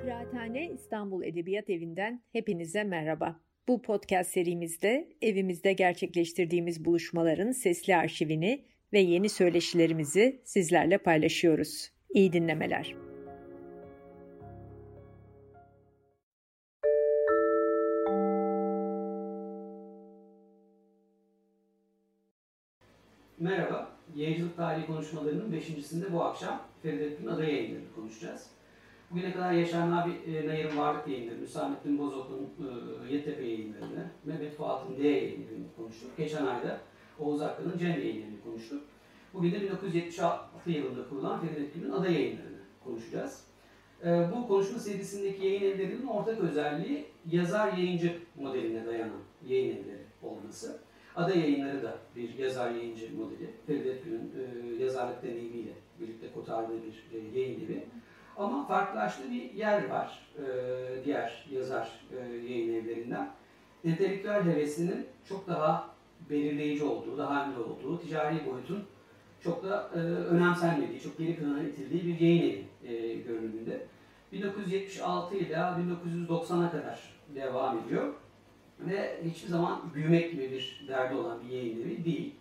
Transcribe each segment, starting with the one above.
Kıraathane İstanbul Edebiyat Evi'nden hepinize merhaba. Bu podcast serimizde evimizde gerçekleştirdiğimiz buluşmaların sesli arşivini ve yeni söyleşilerimizi sizlerle paylaşıyoruz. İyi dinlemeler. Merhaba, Yayıncılık Tarihi konuşmalarının 5.sinde bu akşam Feride Ökül'ün Ada Yayınları'nı konuşacağız. Bugüne kadar Yaşar Nayır'ın Varlık Yayınları'nı, Hüsamettin Bozok'un Yeditepe Yayınları'nı, Mehmet Fuat'ın D Yayınları'nı konuştuk. Geçen ayda Oğuz Akkan'ın Cem Yayınları'nı konuştuk. Bugün de 1976 yılında kurulan Feride Ökül'ün Ada Yayınları'nı konuşacağız. Bu konuşma serisindeki yayın evlerinin ortak özelliği yazar-yayıncı modeline dayanan yayın evleri olması. Ada Yayınları da bir yazar-yayıncı modeli. Feride Ökül'ün yazarlık deneyimiyle birlikte kotardığı bir yayın evi. Ama farklılaştığı bir yer var diğer yazar yayın evlerinden. Entelektüel hevesinin çok daha belirleyici olduğu, daha önemli olduğu, ticari boyutun çok da önemsenmediği, çok geri plana itildiği bir yayın evi görünümünde. 1976 ile 1990'a kadar devam ediyor. Ve hiçbir zaman büyümek gibi bir derdi olan bir yayın evi değil.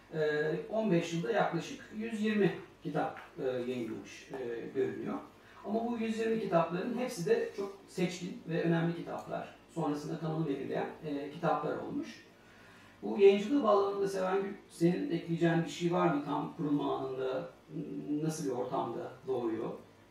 15 yılda yaklaşık 120 kitap yayınlamış görünüyor. Ama bu 120 kitapların hepsi de çok seçkin ve önemli kitaplar. Sonrasında kanonu belirleyen kitaplar olmuş. Bu yayıncılığı bağlamında Sevengül, senin ekleyeceğin bir şey var mı? Tam kurulma anında nasıl bir ortamda doğuyor?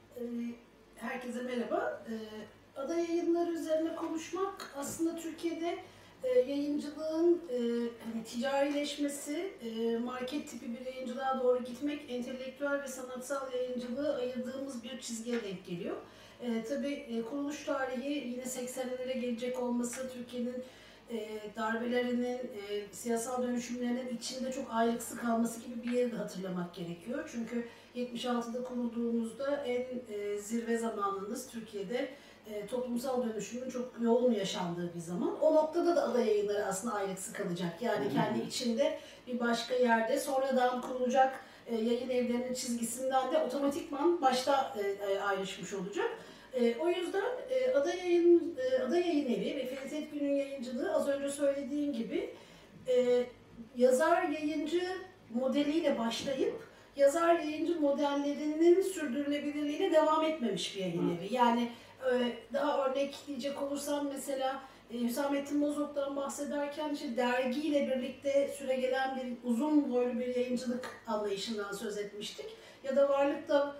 Herkese merhaba. Ada Yayınları üzerine konuşmak aslında Türkiye'de yayıncılığın ticarileşmesi, market tipi bir yayıncılığa doğru gitmek, entelektüel ve sanatsal yayıncılığı ayırdığımız bir çizgiye denk geliyor. Tabii kuruluş tarihi yine 80'lere gelecek olması, Türkiye'nin darbelerinin, siyasal dönüşümlerinin içinde çok ayrıksı kalması gibi bir yeri de hatırlamak gerekiyor. Çünkü 76'da kurulduğunuzda en zirve zamanınız Türkiye'de toplumsal dönüşümün çok yoğun yaşandığı bir zaman. O noktada da Ada Yayınları aslında ayrıksı kalacak. Yani kendi içinde bir başka yerde sonradan kurulacak yayın evlerinin çizgisinden de otomatikman başta ayrışmış olacak. O yüzden Ada Yayın Evi ve Ferit Etgün'ün yayıncılığı az önce söylediğim gibi yazar-yayıncı modeliyle başlayıp yazar-yayıncı modellerinin sürdürülebilirliğiyle devam etmemiş bir yayın evi. Yani daha örnek diyecek olursam mesela Hüsamettin Bozok'tan bahsederken dergiyle birlikte süregelen bir uzun boylu bir yayıncılık anlayışından söz etmiştik. Ya da Varlık'ta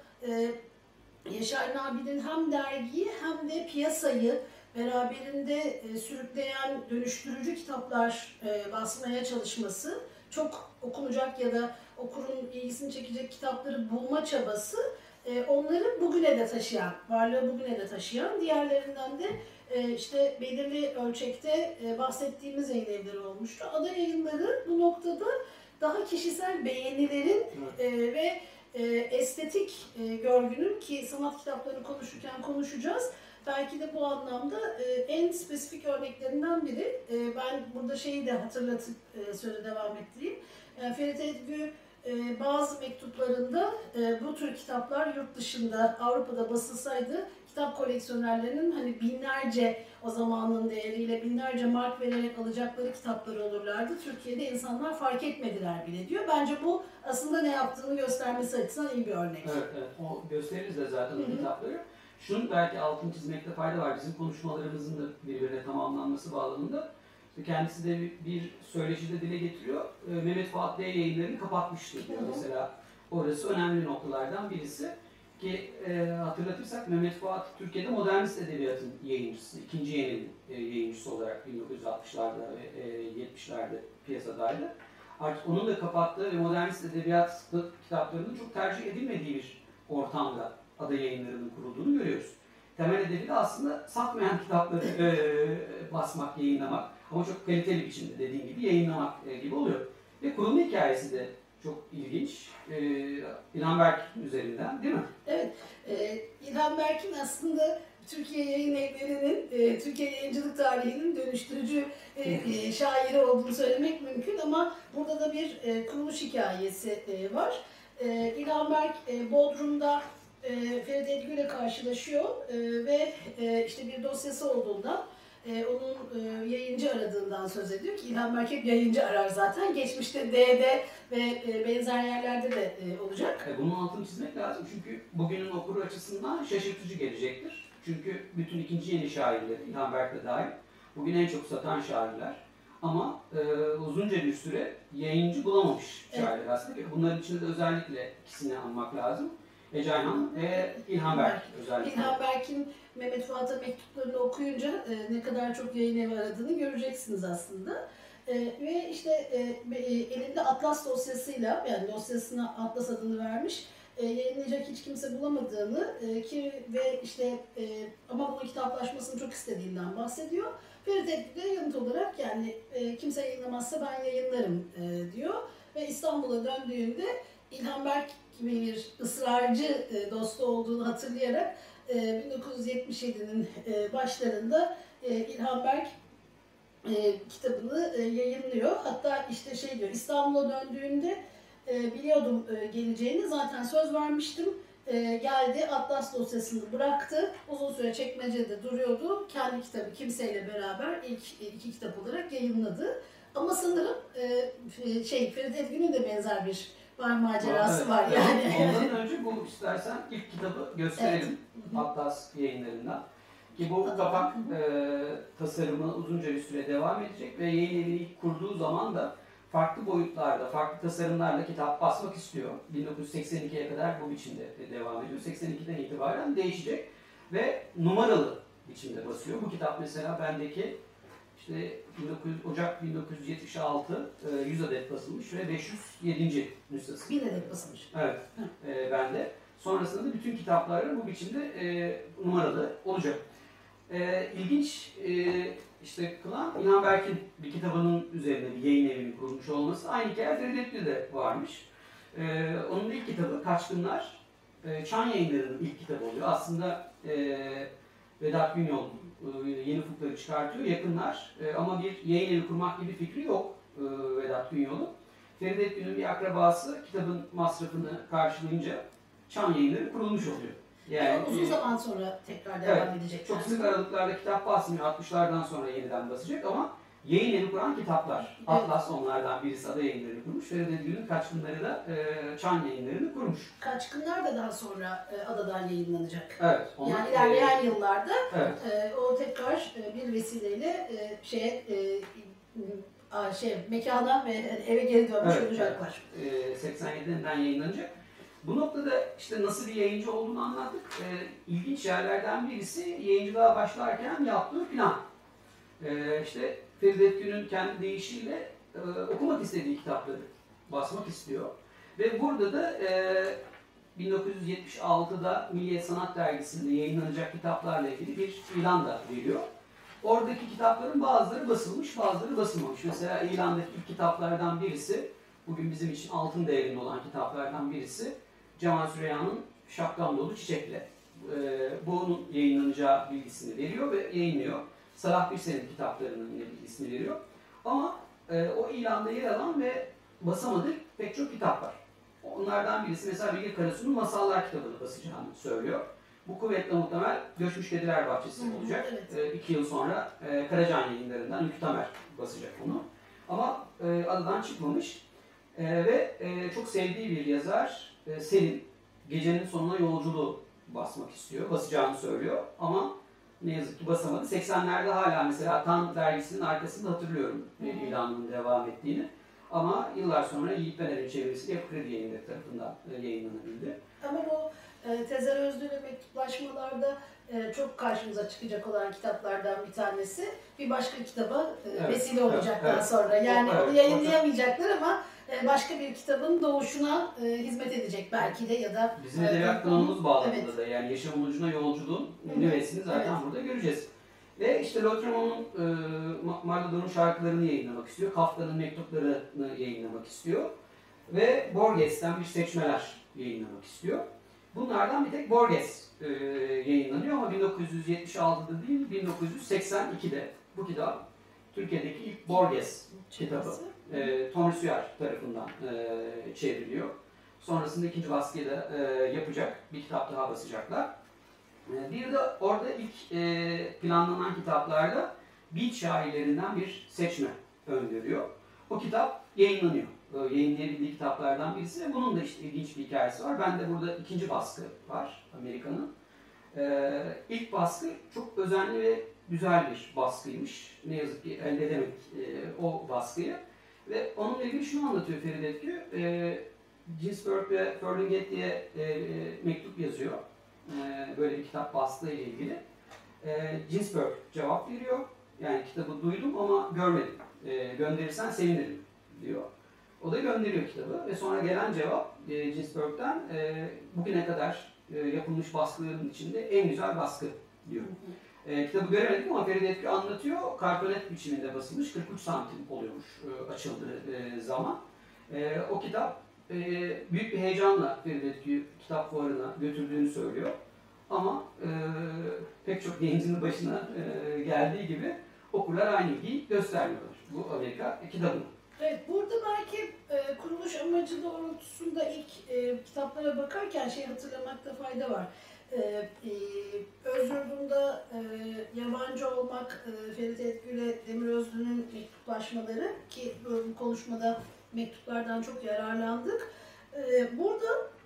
Yaşar Nabi'nin hem dergiyi hem de piyasayı beraberinde sürükleyen dönüştürücü kitaplar basmaya çalışması, çok okunacak ya da okurun ilgisini çekecek kitapları bulma çabası onları bugüne de taşıyan, varlığı bugüne de taşıyan, diğerlerinden de işte belirli ölçekte bahsettiğimiz yayın evleri olmuştu. Ada Yayınları bu noktada daha kişisel beğenilerin ve estetik görgünün, ki sanat kitaplarını konuşurken konuşacağız, belki de bu anlamda en spesifik örneklerinden biri. Ben burada şeyi de hatırlatıp söyle devam ettireyim. Ferit Etgü bazı mektuplarında bu tür kitaplar yurt dışında, Avrupa'da basılsaydı kitap koleksiyonerlerinin hani binlerce, o zamanın değeriyle binlerce mark vererek alacakları kitapları olurlardı. Türkiye'de insanlar fark etmediler bile diyor. Bence bu aslında ne yaptığını göstermesi açısından iyi bir örnek. Evet. O gösteririz de zaten o kitapları. Şunun belki altını çizmekte fayda var. Bizim konuşmalarımızın da birbirine tamamlanması bağlamında. Kendisi de bir söyleşide dile getiriyor. Mehmet Fuat D Yayınları'nı kapatmıştı diyor. Mesela orası önemli noktalardan birisi. Ki hatırlatırsak Mehmet Fuat Türkiye'de modernist edebiyatın yayıncısı, ikinci yeni yayıncısı olarak 1960'larda ve 70'lerde piyasadaydı. Artık onun da kapattığı ve modernist edebiyat kitaplarının çok tercih edilmediği bir ortamda Ada Yayınları'nın kurulduğunu görüyoruz. Temel hedefi de aslında satmayan kitapları basmak, yayınlamak ama çok kaliteli biçimde dediğim gibi yayınlamak gibi oluyor. Ve kurulma hikayesi de çok ilginç. İlhan Berk üzerinden değil mi? Evet. İlhan Berk'in aslında Türkiye Yayın Evleri'nin, Türkiye yayıncılık tarihinin dönüştürücü şairi olduğunu söylemek mümkün ama burada da bir kuruluş hikayesi var. İlhan Berk Bodrum'da Feride Edgül'le karşılaşıyor ve işte bir dosyası olduğundan onun yayıncı aradığından söz ediyor ki İlhan Berk hep yayıncı arar zaten. Geçmişte D'de ve benzer yerlerde de olacak. Bunun altını çizmek lazım çünkü bugünün okuru açısından şaşırtıcı gelecektir. Çünkü bütün ikinci yeni şairleri, İlhan Berk de dahil, bugün en çok satan şairler. Ama uzunca bir süre yayıncı bulamamış şairler aslında. Bunların içinde de özellikle ikisini anmak lazım. Ece Ayhan ve İlhan Berk özellikle. İlhan Berk'in Mehmet Fuat'a mektuplarını okuyunca ne kadar çok yayın evi aradığını göreceksiniz aslında. Ve işte elinde Atlas dosyasıyla, yani dosyasına Atlas adını vermiş, yayınlayacak hiç kimse bulamadığını ve işte ama bunun kitaplaşmasını çok istediğinden bahsediyor. Feride Edgül de yanıt olarak yani kimse yayınlamazsa ben yayınlarım diyor ve İstanbul'a döndüğünde İlhan Berk gibi bir ısrarcı dostu olduğunu hatırlayarak 1977'nin başlarında İlhan Berk kitabını yayınlıyor. Hatta işte şey diyor, İstanbul'a döndüğünde biliyordum geleceğini, zaten söz vermiştim. Geldi, Atlas dosyasını bıraktı. Uzun süre çekmecede duruyordu. Kendi kitabı Kimseyle beraber ilk 2 kitap olarak yayınladı. Ama sanırım Feride Edgül'ün de benzer bir macerası var yani. Ondan önce bu istersen ilk kitabı gösterelim. Evet. Atlas yayınlarından. Ki bu kapak tasarımı uzunca bir süre devam edecek ve yayın evi ilk kurduğu zaman da farklı boyutlarda, farklı tasarımlarla kitap basmak istiyor. 1982'ye kadar bu biçimde devam ediyor. 82'den itibaren değişecek ve numaralı biçimde basıyor. Bu kitap mesela bendeki işte Ocak 1976 100 adet basılmış ve 507. nüshası. 1000 adet basılmış. Evet, bende. Sonrasında da bütün kitapları bu biçimde numaralı olacak. İlginç işte kılan İlhan Berk'in bir kitabının üzerine bir yayın evini kurmuş olması. Aynı hikaye Feride Edgül'de varmış. Onun ilk kitabı Kaçkınlar, Çan Yayınları'nın ilk kitabı oluyor. Aslında Vedat Günyol Yeni Ufukları çıkartıyor, yakınlar ama bir yayın evi kurmak gibi fikri yok Vedat Günyol'un. Feride Edgül'ün bir akrabası kitabın masrafını karşılayınca Çan Yayınları kurulmuş oluyor. Yani uzun zaman sonra tekrar devam edecek. Çok sık aralıklarla kitap basmıyor, 60'lardan sonra yeniden basacak ama yayın evi kuran kitaplar. Evet. Atlas onlardan birisi, Ada Yayınları'nı kurmuş. Feride Edgül'ün Kaçkınları da Çan Yayınları'nı kurmuş. Kaçkınlar da daha sonra Ada'dan yayınlanacak. Evet. Yani ilerleyen yıllarda o tekrar bir vesileyle mekana ve eve geri dönmüş olacaklar. 87'den yayınlanacak. Bu noktada işte nasıl bir yayıncı olduğunu anlattık. İlginç yerlerden birisi yayıncılığa başlarken yaptığı plan. İşte Feride Edgül'ün kendi deyişiyle okumak istediği kitapları basmak istiyor. Ve burada da 1976'da Milliyet Sanat Dergisi'nde yayınlanacak kitaplarla ilgili bir ilan da veriyor. Oradaki kitapların bazıları basılmış, bazıları basılmamış. Mesela ilandaki ilk kitaplardan birisi, bugün bizim için altın değerinde olan kitaplardan birisi, Cemal Süreyya'nın Şapkam Dolu Çiçekle. Bunun yayınlanacağı bilgisini veriyor ve yayınlıyor. Salah Birsen'in kitaplarının yine bilgisini veriyor. Ama o ilanda yer alan ve basamadığı pek çok kitap var. Onlardan birisi mesela Bilge Karasu'nun Masallar kitabını basacağını söylüyor. Bu kuvvetle muhtemel Göçmüş Kediler Bahçesi olacak. Evet. 2 yıl sonra Karacan Yayınları'ndan Ülkü Tamer basacak onu. Ama adadan çıkmamış. Ve çok sevdiği bir yazar Selin, Gecenin Sonuna Yolculuğu basmak istiyor. Basacağını söylüyor ama ne yazık ki basamadı. 80'lerde hala mesela Tan dergisinin arkasında hatırlıyorum ilanının devam ettiğini. Ama yıllar sonra Yiğit Bener'in çevirisi Yapı Kredi Yayınları tarafından yayınlanabildi. Ama bu Tezer Özlü'yle mektuplaşmalarda çok karşımıza çıkacak olan kitaplardan bir tanesi. Bir başka kitaba vesile olacak daha sonra. Yani onu yayınlayamayacaklar ama başka bir kitabın doğuşuna hizmet edecek belki de ya da... Bizim edebiyat kanalımız bağlamında da yani Yaşamın Ucuna Yolculuğun nüvesini zaten burada göreceğiz. Ve işte Lautréamont'un Marlowe'un şarkılarını yayınlamak istiyor. Kafka'nın mektuplarını yayınlamak istiyor. Ve Borges'ten bir seçmeler yayınlamak istiyor. Bunlardan bir tek Borges yayınlanıyor ama 1976'da değil 1982'de bu kitap Türkiye'deki ilk Borges kitabı. Tom Rüsyer tarafından çevriliyor. Sonrasında ikinci baskıyı da yapacak. Bir kitap daha basacaklar. Bir de orada ilk planlanan kitaplarda beat şairlerinden bir seçme öngörüyor. O kitap yayınlanıyor. Yayınlayabildiği kitaplardan birisi ve bunun da işte ilginç bir hikayesi var. Ben de burada ikinci baskı var Amerika'nın. İlk baskı çok özenli ve güzel bir baskıymış. Ne yazık ki elde edemedik o baskıyı. Ve onunla ilgili şunu anlatıyor Feride Edgü. Ginsberg ve Ferlinghetti diye mektup yazıyor. Böyle bir kitap bastığı ile ilgili. Ginsberg cevap veriyor. Yani kitabı duydum ama görmedim. Gönderirsen sevinirim diyor. O da gönderiyor kitabı ve sonra gelen cevap Ginsberg'den bugüne kadar yapılmış baskıların içinde en güzel baskı diyor. Kitabı göremedik ama Feride Edgü anlatıyor. Kartonet biçiminde basılmış, 43 santim oluyormuş açıldığı zaman. O kitap büyük bir heyecanla Feride Edgü kitap fuarına götürdüğünü söylüyor. Ama pek çok gencinin başına geldiği gibi okurlar aynı ilgiyi göstermiyorlar. Bu Amerika kitabı. Evet, burada belki kuruluş amacı doğrultusunda ilk kitaplara bakarken hatırlamakta fayda var. Öz yurdunda yabancı olmak, Ferit Edgü ile Demir Özlü'nün mektuplaşmaları ki bu konuşmada mektuplardan çok yararlandık. Burada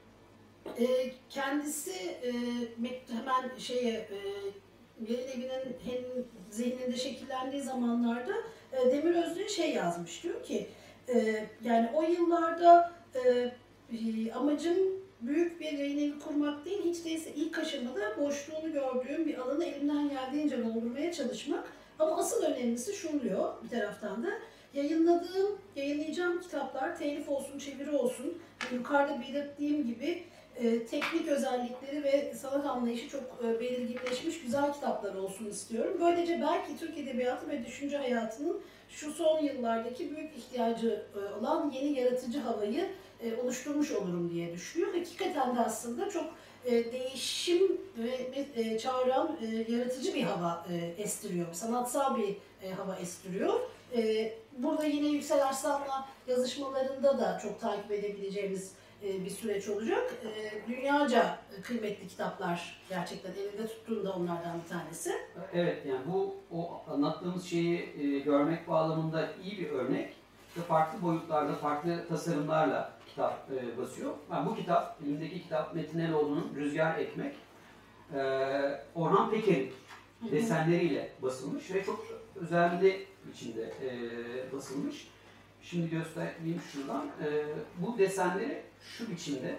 kendisi hemen Yayın Evi'nin zihninde şekillendiği zamanlarda Demir Özlü yazmış, diyor ki yani o yıllarda amacım büyük bir yayın evi kurmak değil, hiç değilse ilk aşamada boşluğunu gördüğüm bir alanı elimden geldiğince doldurmaya çalışmak. Ama asıl önemlisi şunu diyor bir taraftan da, yayınlayacağım kitaplar telif olsun, çeviri olsun, yukarıda belirttiğim gibi teknik özellikleri ve sanat anlayışı çok belirginleşmiş güzel kitaplar olsun istiyorum. Böylece belki Türk Edebiyatı ve düşünce hayatının şu son yıllardaki büyük ihtiyacı olan yeni yaratıcı havayı oluşturmuş olurum diye düşünüyor. Hakikaten de aslında çok değişim ve çağıran yaratıcı bir hava estiriyor. Sanatsal bir hava estiriyor. Burada yine Yüksel Arslan'la yazışmalarında da çok takip edebileceğimiz bir süreç olacak. Dünyaca kıymetli kitaplar gerçekten elinde tuttuğunda onlardan bir tanesi. Evet, yani o anlattığımız şeyi görmek bağlamında iyi bir örnek. Farklı boyutlarda, farklı tasarımlarla kitap basıyor. Yani bu kitap, elimdeki kitap Metin Eloğlu'nun Rüzgar Ekmek, Orhan Peker'in desenleriyle basılmış ve çok özenli biçimde basılmış. Şimdi göstereyim şuradan. Bu desenleri şu biçimde,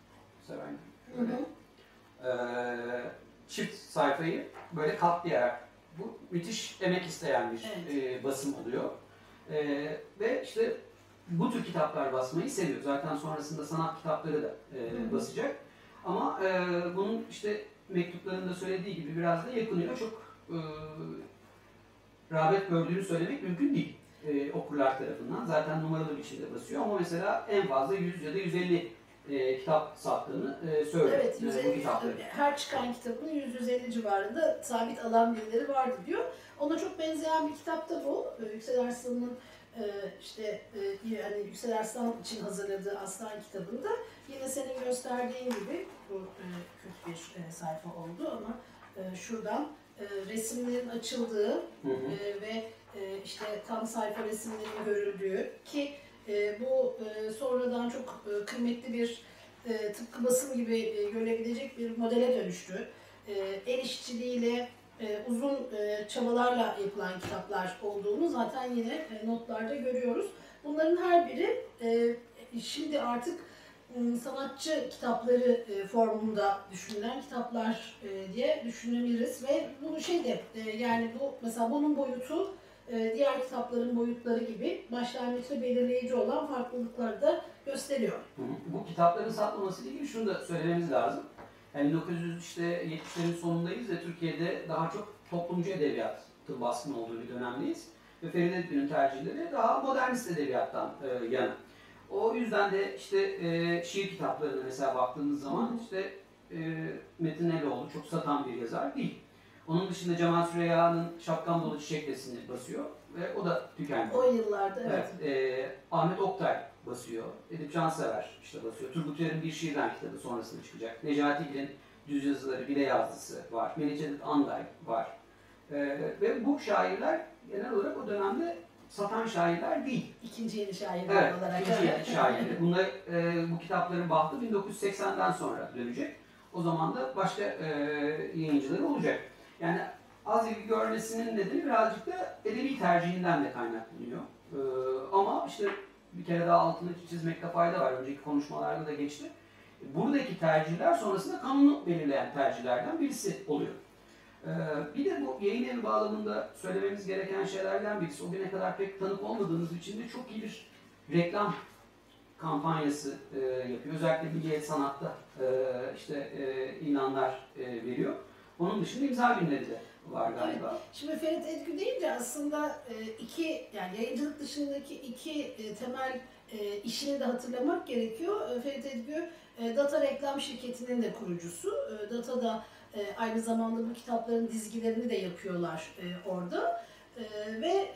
çift sayfayı böyle katlayarak, bu müthiş emek isteyen bir basım oluyor. Ve işte bu tür kitaplar basmayı seviyor. Zaten sonrasında sanat kitapları da basacak. Ama bunun işte mektuplarında söylediği gibi biraz da yakınıyor. Çok rağbet gördüğünü söylemek mümkün değil okurlar tarafından. Zaten numaralı biçimde basıyor ama mesela en fazla 100 ya da 150 kitap sattığını söylüyor. Evet, 150, her çıkan kitabının 100-150 civarında sabit alan birileri vardı diyor. Ona çok benzeyen bir kitap da bu. Yüksel Arslan'ın yani Yüksel Arslan için hazırladığı Aslan kitabında yine senin gösterdiğin gibi bu kötü bir sayfa oldu ama şuradan resimlerin açıldığı ve işte tam sayfa resimlerin görüldüğü ki bu sonradan çok kıymetli bir tıpkı basım gibi görülebilecek bir modele dönüştü. El işçiliğiyle uzun çabalarla yapılan kitaplar olduğunu zaten yine notlarda görüyoruz. Bunların her biri şimdi artık sanatçı kitapları formunda düşünülen kitaplar diye düşünebiliriz ve bunu yani bu mesela bunun boyutu diğer kitapların boyutları gibi başlangıçta belirleyici olan farklılıkları da gösteriyor. Bu kitapların satmaması ile ilgili şunu da söylememiz lazım. Yani 1970'lerin sonundayız ve Türkiye'de daha çok toplumcu edebiyatın baskın olduğu bir dönemdeyiz. Ve Feride Edgü'nün tercihleri daha modernist edebiyattan yana. O yüzden de işte şiir kitaplarına mesela baktığınız zaman işte Metin Eloğlu çok satan bir yazar değil. Onun dışında Cemal Süreyya'nın Şapkam Dolu Çiçek Resmini basıyor ve o da tükendi. O yıllarda evet. Ahmet Oktay basıyor. Edip Cansever işte basıyor. Turgut Uyar'ın Bir Şiirden kitabı sonrasında çıkacak. Necati İl'in Düz Yazıları, Bile Yazdısı var. Melih Cevdet Anday var. Ve bu şairler genel olarak o dönemde satan şairler değil. İkinci yeni şairler olarak. İkinci yeni şairler. Bunlar, bu kitapların bahtı 1980'den sonra dönecek. O zaman da başka yayıncıları olacak. Yani az ilgi görmesinin nedeni birazcık da edebi tercihinden de kaynaklanıyor. Ama işte bir kere daha altını çizmekte fayda var. Önceki konuşmalarda da geçti. Buradaki tercihler sonrasında kanunu belirleyen tercihlerden birisi oluyor. Bir de bu yayın evi bağlamında söylememiz gereken şeylerden birisi. O güne kadar pek tanık olmadığımız için de çok iyi bir reklam kampanyası yapıyor. Özellikle Milliyet Sanat'ta ilanlar veriyor. Onun dışında imza günleri de var galiba. Evet. Şimdi Ferit Edgü deyince aslında yani yayıncılık dışındaki iki temel işini de hatırlamak gerekiyor. Ferit Edgü Data Reklam Şirketi'nin de kurucusu. Data da aynı zamanda bu kitapların dizgilerini de yapıyorlar orada. Ve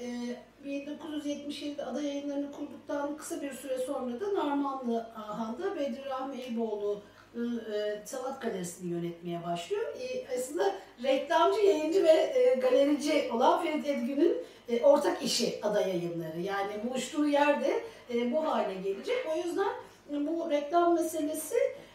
1977'de Ada Yayınları'nı kurduktan kısa bir süre sonra da Narmanlı Han'da Bedri Rahmi Eyüboğlu Sanat Galerisi'ni yönetmeye başlıyor. Aslında reklamcı, yayıncı ve galerici olan Ferit Edgü'nün ortak işi Ada Yayınları. Yani buluştuğu yerde bu hale gelecek. O yüzden bu reklam meselesi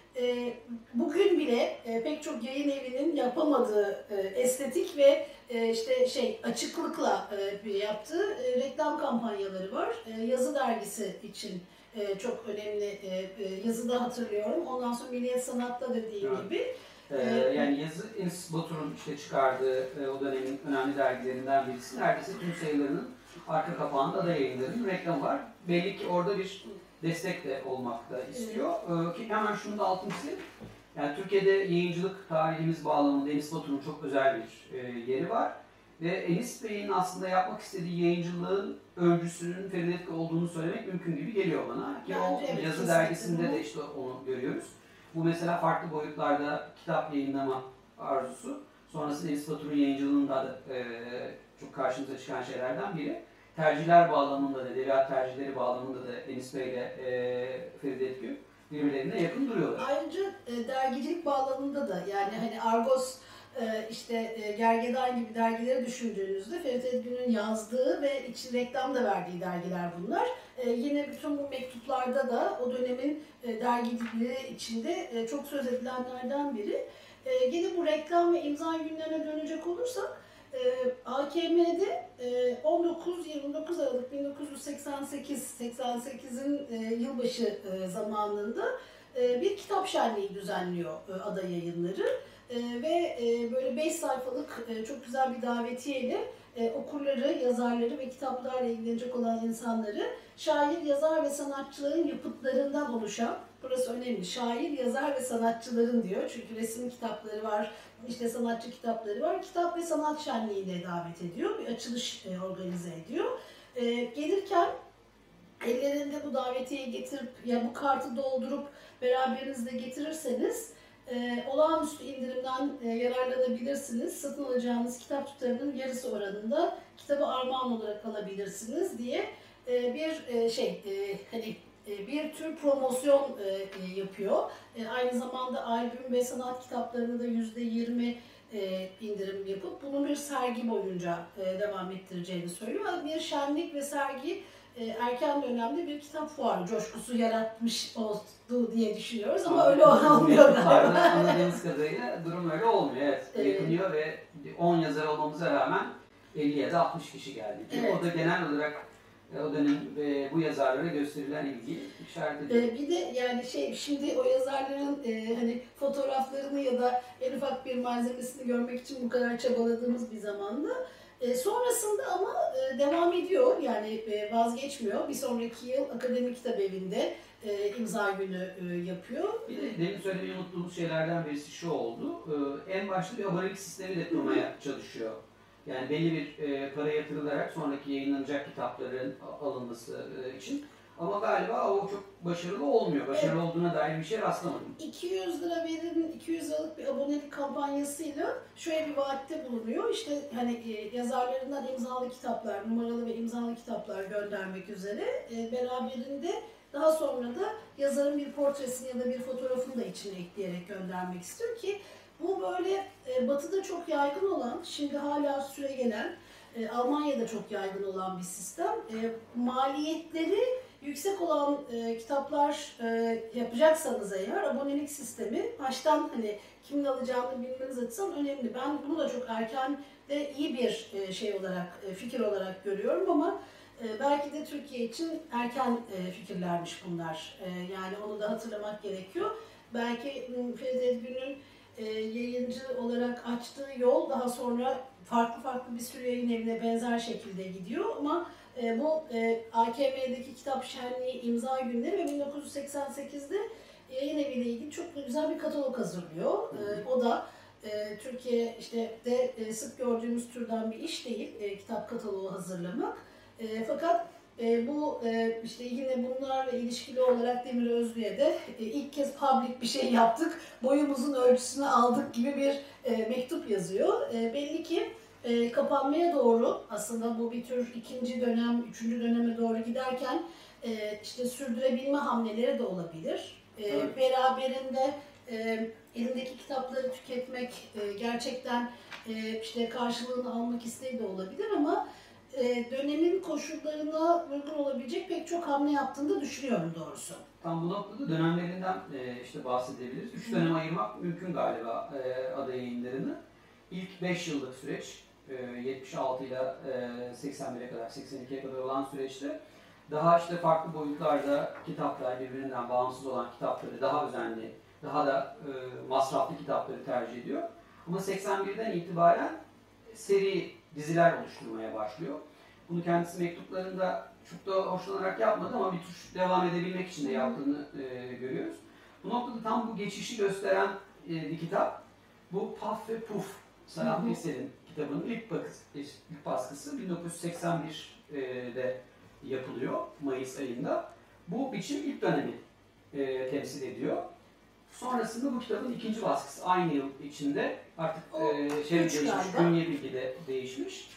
bugün bile pek çok yayın evinin yapamadığı estetik ve açıklıkla yaptığı reklam kampanyaları var. Yazı dergisi için çok önemli yazıda hatırlıyorum. Ondan sonra Milliyet Sanat'ta dediğim gibi. Yani yazı Enis Batur'un çıkardığı o dönemin önemli dergilerinden birisi. Neredeyse tüm sayılarının arka kapağında Ada Yayınları'nın reklamı var. Belli ki orada bir destek de olmak da istiyor. Ki hemen şunu da altını çizelim. Yani Türkiye'de yayıncılık tarihimiz bağlamında Enis Batur'un çok özel bir yeri var. Ve Enis Bey'in aslında yapmak istediği yayıncılığın öncüsünün Ferit Edgü olduğunu söylemek mümkün gibi geliyor bana. Ki o yazı dergisinde de işte onu görüyoruz. Bu mesela farklı boyutlarda kitap yayınlama arzusu. Sonrasında Enis Batur'un yayıncılığında da çok karşımıza çıkan şeylerden biri. Tercihler bağlamında da, edebiyat tercihleri bağlamında da Enis Bey ile Ferit Edgü birbirlerine yakın duruyorlar. Ayrıca dergicilik bağlamında da yani hani Argos, Gergedan gibi dergileri düşündüğünüzde Ferit Edgü'nün yazdığı ve için reklam da verdiği dergiler bunlar. Yine bütün bu mektuplarda da o dönemin dergicileri içinde çok söz edilenlerden biri. Yine bu reklam ve imza günlerine dönecek olursak AKM'de 19-29 Aralık 1988'in yılbaşı zamanında bir kitap şenliği düzenliyor Ada Yayınları. Ve böyle 5 sayfalık çok güzel bir davetiyeyle okurları, yazarları ve kitaplarla ilgilenecek olan insanları şair, yazar ve sanatçıların yapıtlarından oluşan, burası önemli, şair, yazar ve sanatçıların diyor çünkü resim kitapları var, işte sanatçı kitapları var, kitap ve sanat şenliğine davet ediyor, bir açılış organize ediyor. Gelirken ellerinde bu davetiyeyi getirip ya bu kartı doldurup beraberinizle getirirseniz olağanüstü indirimden yararlanabilirsiniz. Satın alacağınız kitap tutarının yarısı oranında kitabı armağan olarak alabilirsiniz diye bir tür promosyon yapıyor. Aynı zamanda albüm ve sanat kitaplarını da %20 indirim yapıp bunu bir sergi boyunca devam ettireceğini söylüyor. Bir şenlik ve sergi erken dönemde bir kitap fuarı coşkusu yaratmış oldu diye düşünüyoruz ama öyle olmuyor galiba. Anladığımız kadarıyla durum öyle olmuyor. Evet. Yakınıyor ve 10 yazar olmamıza rağmen 50 ya da 60 kişi geldi. Evet. O da genel olarak o dönem bu yazarlara gösterilen ilgiyi işaret ediyor. Bir de yani şimdi o yazarların hani fotoğraflarını ya da en ufak bir malzemesini görmek için bu kadar çabaladığımız bir zamanda. Sonrasında ama devam ediyor yani vazgeçmiyor. Bir sonraki yıl Akademik Kitabevi'nde imza günü yapıyor. Bir de demin söylemeyi unuttuğumuz şeylerden birisi şu oldu. En başta bir abonelik sistemi de kurmaya çalışıyor. Yani belli bir para yatırılarak sonraki yayınlanacak kitapların alınması için. Ama galiba o çok başarılı olmuyor. Başarılı olduğuna dair bir şey rastlamadım. 200 lira verin, 200 liralık bir abonelik kampanyasıyla şöyle bir vaatte bulunuyor. İşte hani yazarlarından imzalı kitaplar, numaralı ve imzalı kitaplar göndermek üzere. Beraberinde Daha sonra da yazarın bir portresini ya da bir fotoğrafını da içine ekleyerek göndermek istiyor ki bu böyle Batı'da çok yaygın olan, şimdi hala süregelen, Almanya'da çok yaygın olan bir sistem. Maliyetleri yüksek olan kitaplar yapacaksanız eğer abonelik sistemi baştan hani kimin alacağını bilmeniz açısından önemli. Ben bunu da çok erken de iyi bir şey olarak, fikir olarak görüyorum ama belki de Türkiye için erken fikirlermiş bunlar. Yani onu da hatırlamak gerekiyor. Belki Feride Edgün'ün yayıncı olarak açtığı yol daha sonra farklı bir sürü yayın evine benzer şekilde gidiyor ama bu AKM'deki kitap şenliği imza günleri ve 1988'de yayın eviyle ilgili çok güzel bir katalog hazırlıyor. O da Türkiye işte de sık gördüğümüz türden bir iş değil, kitap kataloğu hazırlamak. Fakat bu işte yine bunlarla ilişkili olarak Demir Özlü'ye de ilk kez public bir şey yaptık, boyumuzun ölçüsünü aldık gibi bir mektup yazıyor. Belli ki kapanmaya doğru aslında bu bir tür ikinci dönem, üçüncü döneme doğru giderken işte sürdürebilme hamleleri de olabilir. Evet. Beraberinde elindeki kitapları tüketmek gerçekten işte karşılığını almak isteği de olabilir ama dönemin koşullarına uygun olabilecek pek çok hamle yaptığını da düşünüyorum doğrusu. Tam bu noktada dönemlerinden işte bahsedebiliriz. 3 dönem ayırmak mümkün galiba Ada Yayınları'nı. İlk 5 yıllık süreç, 76 ile 81'e kadar, 82'ye kadar olan süreçte daha işte farklı boyutlarda kitaplar, birbirinden bağımsız olan kitapları daha özenli, daha da masraflı kitapları tercih ediyor. Ama 81'den itibaren seri diziler oluşturmaya başlıyor. Bunu kendisi mektuplarında çok da hoşlanarak yapmadı ama bir tür devam edebilmek için de yaptığını görüyoruz. Bu noktada tam bu geçişi gösteren bir kitap. Bu Paf ve Puf, Salam Birsel'in kitabının ilk baskısı 1981'de yapılıyor, Mayıs ayında. Bu biçim ilk dönemi temsil ediyor. Sonrasında bu kitabın ikinci baskısı aynı yıl içinde artık değişmiş, Bünye Bilgi de değişmiş.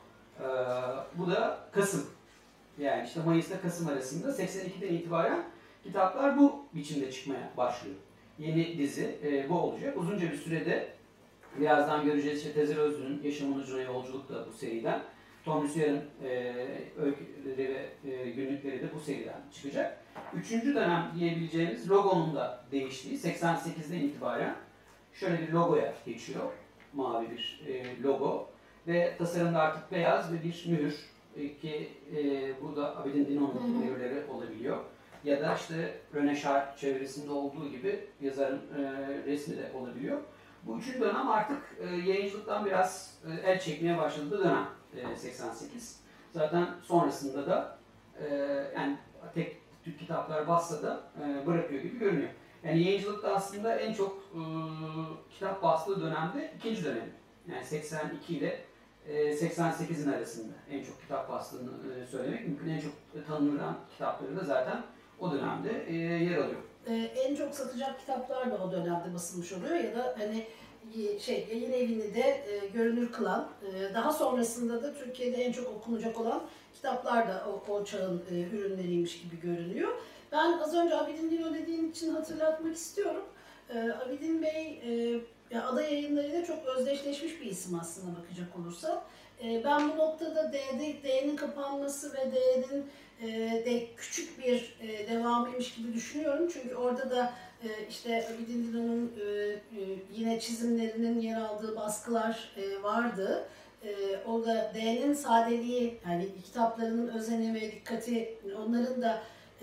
Bu da Kasım. Yani işte Mayıs'ta Kasım arasında 82'den itibaren kitaplar bu biçimde çıkmaya başlıyor. Yeni dizi bu olacak. Uzunca bir sürede birazdan göreceğiz işte Tezer Özlü'nün Yaşamın Ucuna Yolculuk da bu seriden. Tom Rüzgar'ın öyküleri ve günlükleri de bu seriden çıkacak. Üçüncü dönem diyebileceğimiz logonun da değiştiği 88'den itibaren şöyle bir logoya geçiyor. Mavi bir logo. Ve tasarımda artık beyaz ve bir mühür ki burada Abidin Dino'nun mühürleri olabiliyor. Ya da işte Röne Char çevresinde olduğu gibi yazarın resmi de olabiliyor. Bu üçüncü dönem artık yayıncılıktan biraz el çekmeye başladığı dönem 88. Zaten sonrasında da yani tek tük kitaplar bassa da bırakıyor gibi görünüyor. Yani yayıncılıkta aslında en çok kitap bastığı dönemde ikinci dönem. Yani 82 ile 88'in arasında en çok kitap bastığını söylemek mümkün. En çok tanınılan kitapları da zaten o dönemde yer alıyor. En çok satacak kitaplar da o dönemde basılmış oluyor ya da hani yayın evini de görünür kılan, daha sonrasında da Türkiye'de en çok okunacak olan kitaplar da o çağın ürünleriymiş gibi görünüyor. Ben az önce Abidin Dino dediğin için hatırlatmak istiyorum. Abidin Bey Ada Yayınları'yla çok özdeşleşmiş bir isim aslında bakacak olursak. Ben bu noktada D'nin kapanması ve D'nin de küçük bir devamıymış gibi düşünüyorum. Çünkü orada da işte Abidin Dino'nun yine çizimlerinin yer aldığı baskılar vardı. Orada D'nin sadeliği, yani kitaplarının özeni ve dikkati, onların da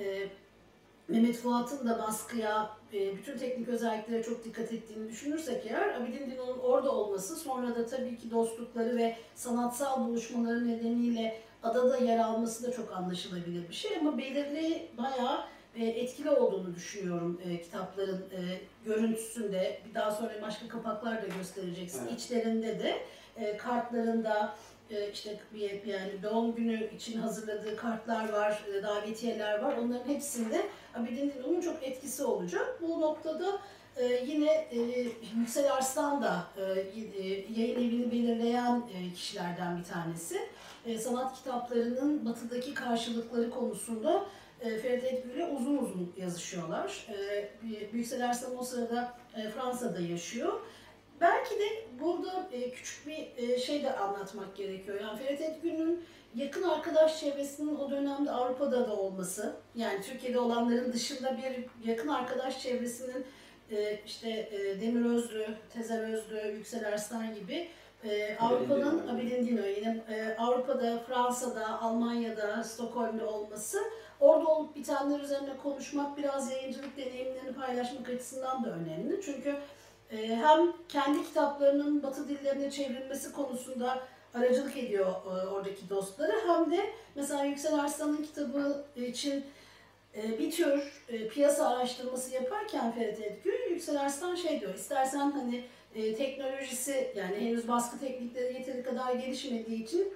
Mehmet Fuat'ın da baskıya, bütün teknik özelliklere çok dikkat ettiğini düşünürsek eğer, Abidin Dino'nun orada olması, sonra da tabii ki dostlukları ve sanatsal buluşmaları nedeniyle adada yer alması da çok anlaşılabilir bir şey. Ama belirli, bayağı etkili olduğunu düşünüyorum kitapların görüntüsünde. Daha sonra başka kapaklar da göstereceksin. Evet. İçlerinde de, kartlarında, işte yani doğum günü için hazırladığı kartlar var, davetiyeler var. Onların hepsinde Abidin Dino'nun çok etkisi olacak. Bu noktada yine Yüksel Arslan da yayın evini belirleyen kişilerden bir tanesi. Sanat kitaplarının batıdaki karşılıkları konusunda Ferit Edgü ile uzun uzun yazışıyorlar. Yüksel Arslan o sırada Fransa'da yaşıyor. Belki de burada küçük bir şey de anlatmak gerekiyor. Yani Ferit Edgü'nün yakın arkadaş çevresinin o dönemde Avrupa'da da olması, yani Türkiye'de olanların dışında bir yakın arkadaş çevresinin işte Demir Özlü, Tezer Özlü, Yüksel Arslan gibi Avrupa'nın Abidin Dino yine Avrupa'da, Fransa'da, Almanya'da, Stockholm'da olması, orada olup bitenler üzerine konuşmak, biraz yayıncılık deneyimlerini paylaşmak açısından da önemli. Çünkü hem kendi kitaplarının Batı dillerine çevrilmesi konusunda aracılık ediyor oradaki dostları, hem de mesela Yüksel Arslan'ın kitabı için bir tür piyasa araştırması yaparken Ferit Edgü, Yüksel Arslan şey diyor, istersen hani teknolojisi, yani henüz baskı teknikleri yeteri kadar gelişmediği için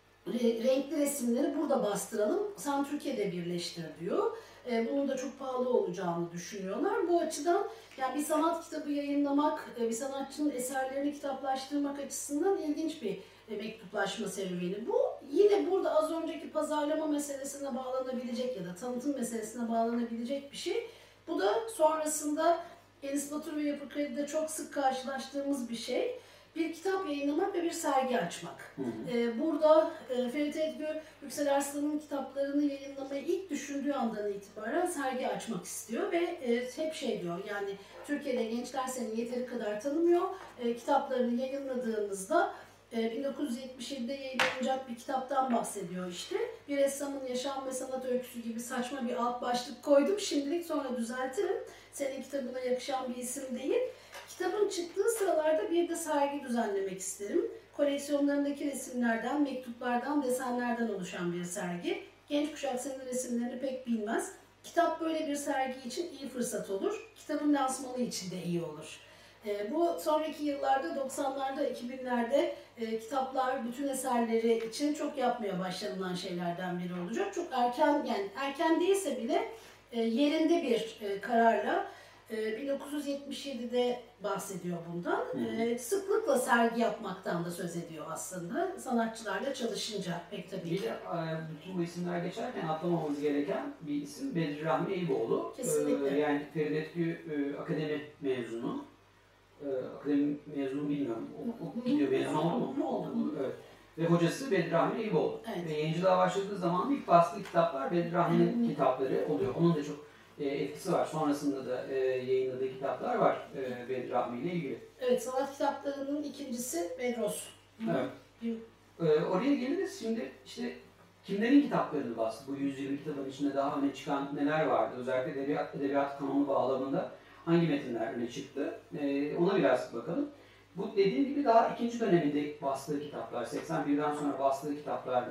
renkli resimleri burada bastıralım, sen Türkiye'de birleştir diyor. Bunun da çok pahalı olacağını düşünüyorlar. Bu açıdan yani bir sanat kitabı yayınlamak, bir sanatçının eserlerini kitaplaştırmak açısından ilginç bir mektuplaşma serüveni bu. Yine burada az önceki pazarlama meselesine bağlanabilecek ya da tanıtım meselesine bağlanabilecek bir şey. Bu da sonrasında Enis Batur ve Yapı Kredi'de çok sık karşılaştığımız bir şey. Bir kitap yayınlamak ve bir sergi açmak. Burada Ferit Edgü, Yüksel Arslan'ın kitaplarını yayınlamayı ilk düşündüğü andan itibaren sergi açmak istiyor ve hep şey diyor, yani Türkiye'de gençler seni yeteri kadar tanımıyor. Kitaplarını yayınladığımızda 1977'de yayınlanacak bir kitaptan bahsediyor işte. Bir ressamın yaşam ve sanat öyküsü gibi saçma bir alt başlık koydum. Şimdilik, sonra düzeltirim. Senin kitabına yakışan bir isim değil. Kitabın çıktığı sıralarda bir de sergi düzenlemek isterim. Koleksiyonlarındaki resimlerden, mektuplardan, desenlerden oluşan bir sergi. Genç kuşak senin resimlerini pek bilmez. Kitap böyle bir sergi için iyi fırsat olur. Kitabın lansmanı için de iyi olur. Bu sonraki yıllarda, 90'larda, 2000'lerde kitaplar, bütün eserleri için çok yapmaya başlanılan şeylerden biri olacak. Çok erken, yani erken değilse bile yerinde bir kararla 1977'de bahsediyor bundan. Sıklıkla sergi yapmaktan da söz ediyor aslında. Sanatçılarla çalışınca pek tabii ki. Bir de bütün bu isimler geçerken atlamamamız gereken bir isim Bedri Rahmi Eyüboğlu. Kesinlikle. Yani Ferit Edgü akademi mezunu. Akademi mezunu bilmiyorum. O gidiyor, mezun oldu mu? Oldu. Evet. Ve hocası Bedri Rahmi Eyüboğlu. Evet. Ve yayıncılığa başladığı zaman ilk bastığı kitaplar Bedri Rahmi'nin kitapları oluyor. Onun da çok etkisi var. Sonrasında da yayınladığı kitaplar var Bedri Rahmi ile ilgili. Evet, sanat kitaplarının ikincisi Bedros. Evet. Oraya geliriz. Şimdi işte kimlerin kitaplarını bastı? Bu 120 kitabın içinde daha öne çıkan neler vardı? Özellikle edebiyat kanunu bağlamında hangi metinler öne çıktı? Ona biraz bakalım. Bu dediğim gibi daha ikinci döneminde bastığı kitaplar, 81'den sonra bastığı kitaplar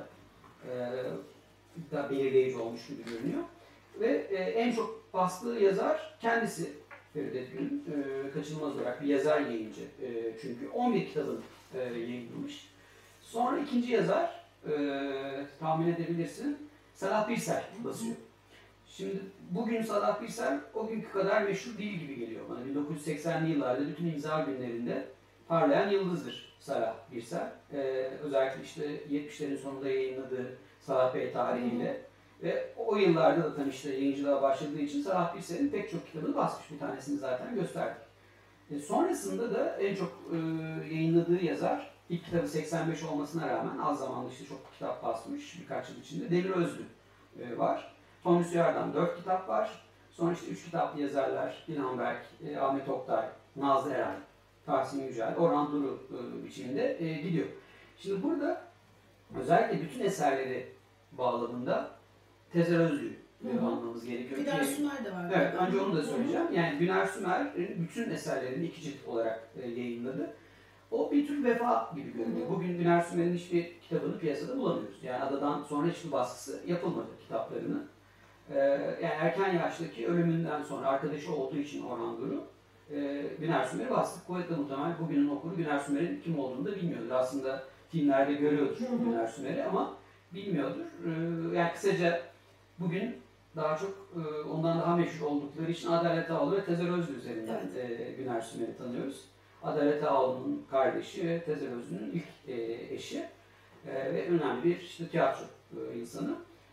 da belirleyici olmuş gibi görünüyor. Ve en çok bastığı yazar kendisi Ferit Edgü'nün, kaçınılmaz olarak bir yazar yayıncı. Çünkü 11 kitabını yayınlamış. Sonra ikinci yazar, tahmin edebilirsin, Salah Birsel basıyor. Şimdi bugün Salah Birsel o günkü kadar meşhur değil gibi geliyor bana. 1980'li yıllarda bütün imza günlerinde parlayan yıldızdır Salah Birsel. Özellikle işte 70'lerin sonunda yayınladığı Salah Bey tarihiyle ve o yıllarda da tabii işte yayıncılığa başladığı için Salah Birsel'in pek çok kitabını basmış. Bir tanesini zaten gösterdik. Sonrasında da en çok yayınladığı yazar, ilk kitabı 85 olmasına rağmen az zamanda işte çok kitap basmış birkaç yıl içinde, Demir Özlü var. Tomris Uyar'dan 4 kitap var. Sonra işte 3 kitaplı yazarlar İlhan Berk, Ahmet Oktay, Nazlı Eren, Tahsin Yücel, Orhan Duru biçiminde gidiyor. Şimdi burada özellikle bütün eserleri bağlamında Tezer Özlü'yü anlamamız gerekiyor. Güner Sümer de var. Evet, önce onu da söyleyeceğim. Yani Güner Sümer'in bütün eserlerini 2 cilt olarak yayınladı. O bir tür vefa gibi görünüyor. Bugün Güner Sümer'in hiçbir kitabını piyasada bulamıyoruz. Yani Ada'dan sonra hiçbir baskısı yapılmadı kitaplarının. Yani erken yaştaki ölümünden sonra arkadaşı olduğu için Orhan Duru, Güner Sümer'i bastık. Kuvvetle muhtemel bugünün okuru Güner Sümer'in kim olduğunu da bilmiyordur. Aslında filmlerde görüyordur Güner Sümer'i ama bilmiyordur. Yani kısaca bugün daha çok ondan daha meşhur oldukları için Adalet Ağaoğlu ve Tezer Özlü üzerinden Güner Sümer'i tanıyoruz. Adalet Ağaoğlu'nun kardeşi ve Tezer Özlü'nün ilk eşi ve önemli bir işte tiyatro insanı.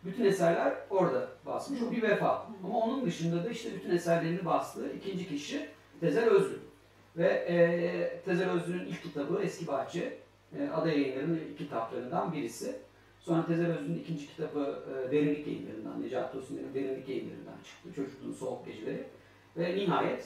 Bütün eserler orada basmış. O bir vefa. Ama onun dışında da işte bütün eserlerini bastığı ikinci kişi Tezer Özlü. Ve Tezer Özlü'nün ilk kitabı Eski Bahçe, Ada Yayınları'nın ilk kitaplarından birisi. Sonra Tezer Özlü'nün ikinci kitabı Derinlik Yayınları'ndan, Necati Osman'ın Derinlik Yayınları'ndan çıktı. Çocukluğun Soğuk Geceleri. Ve nihayet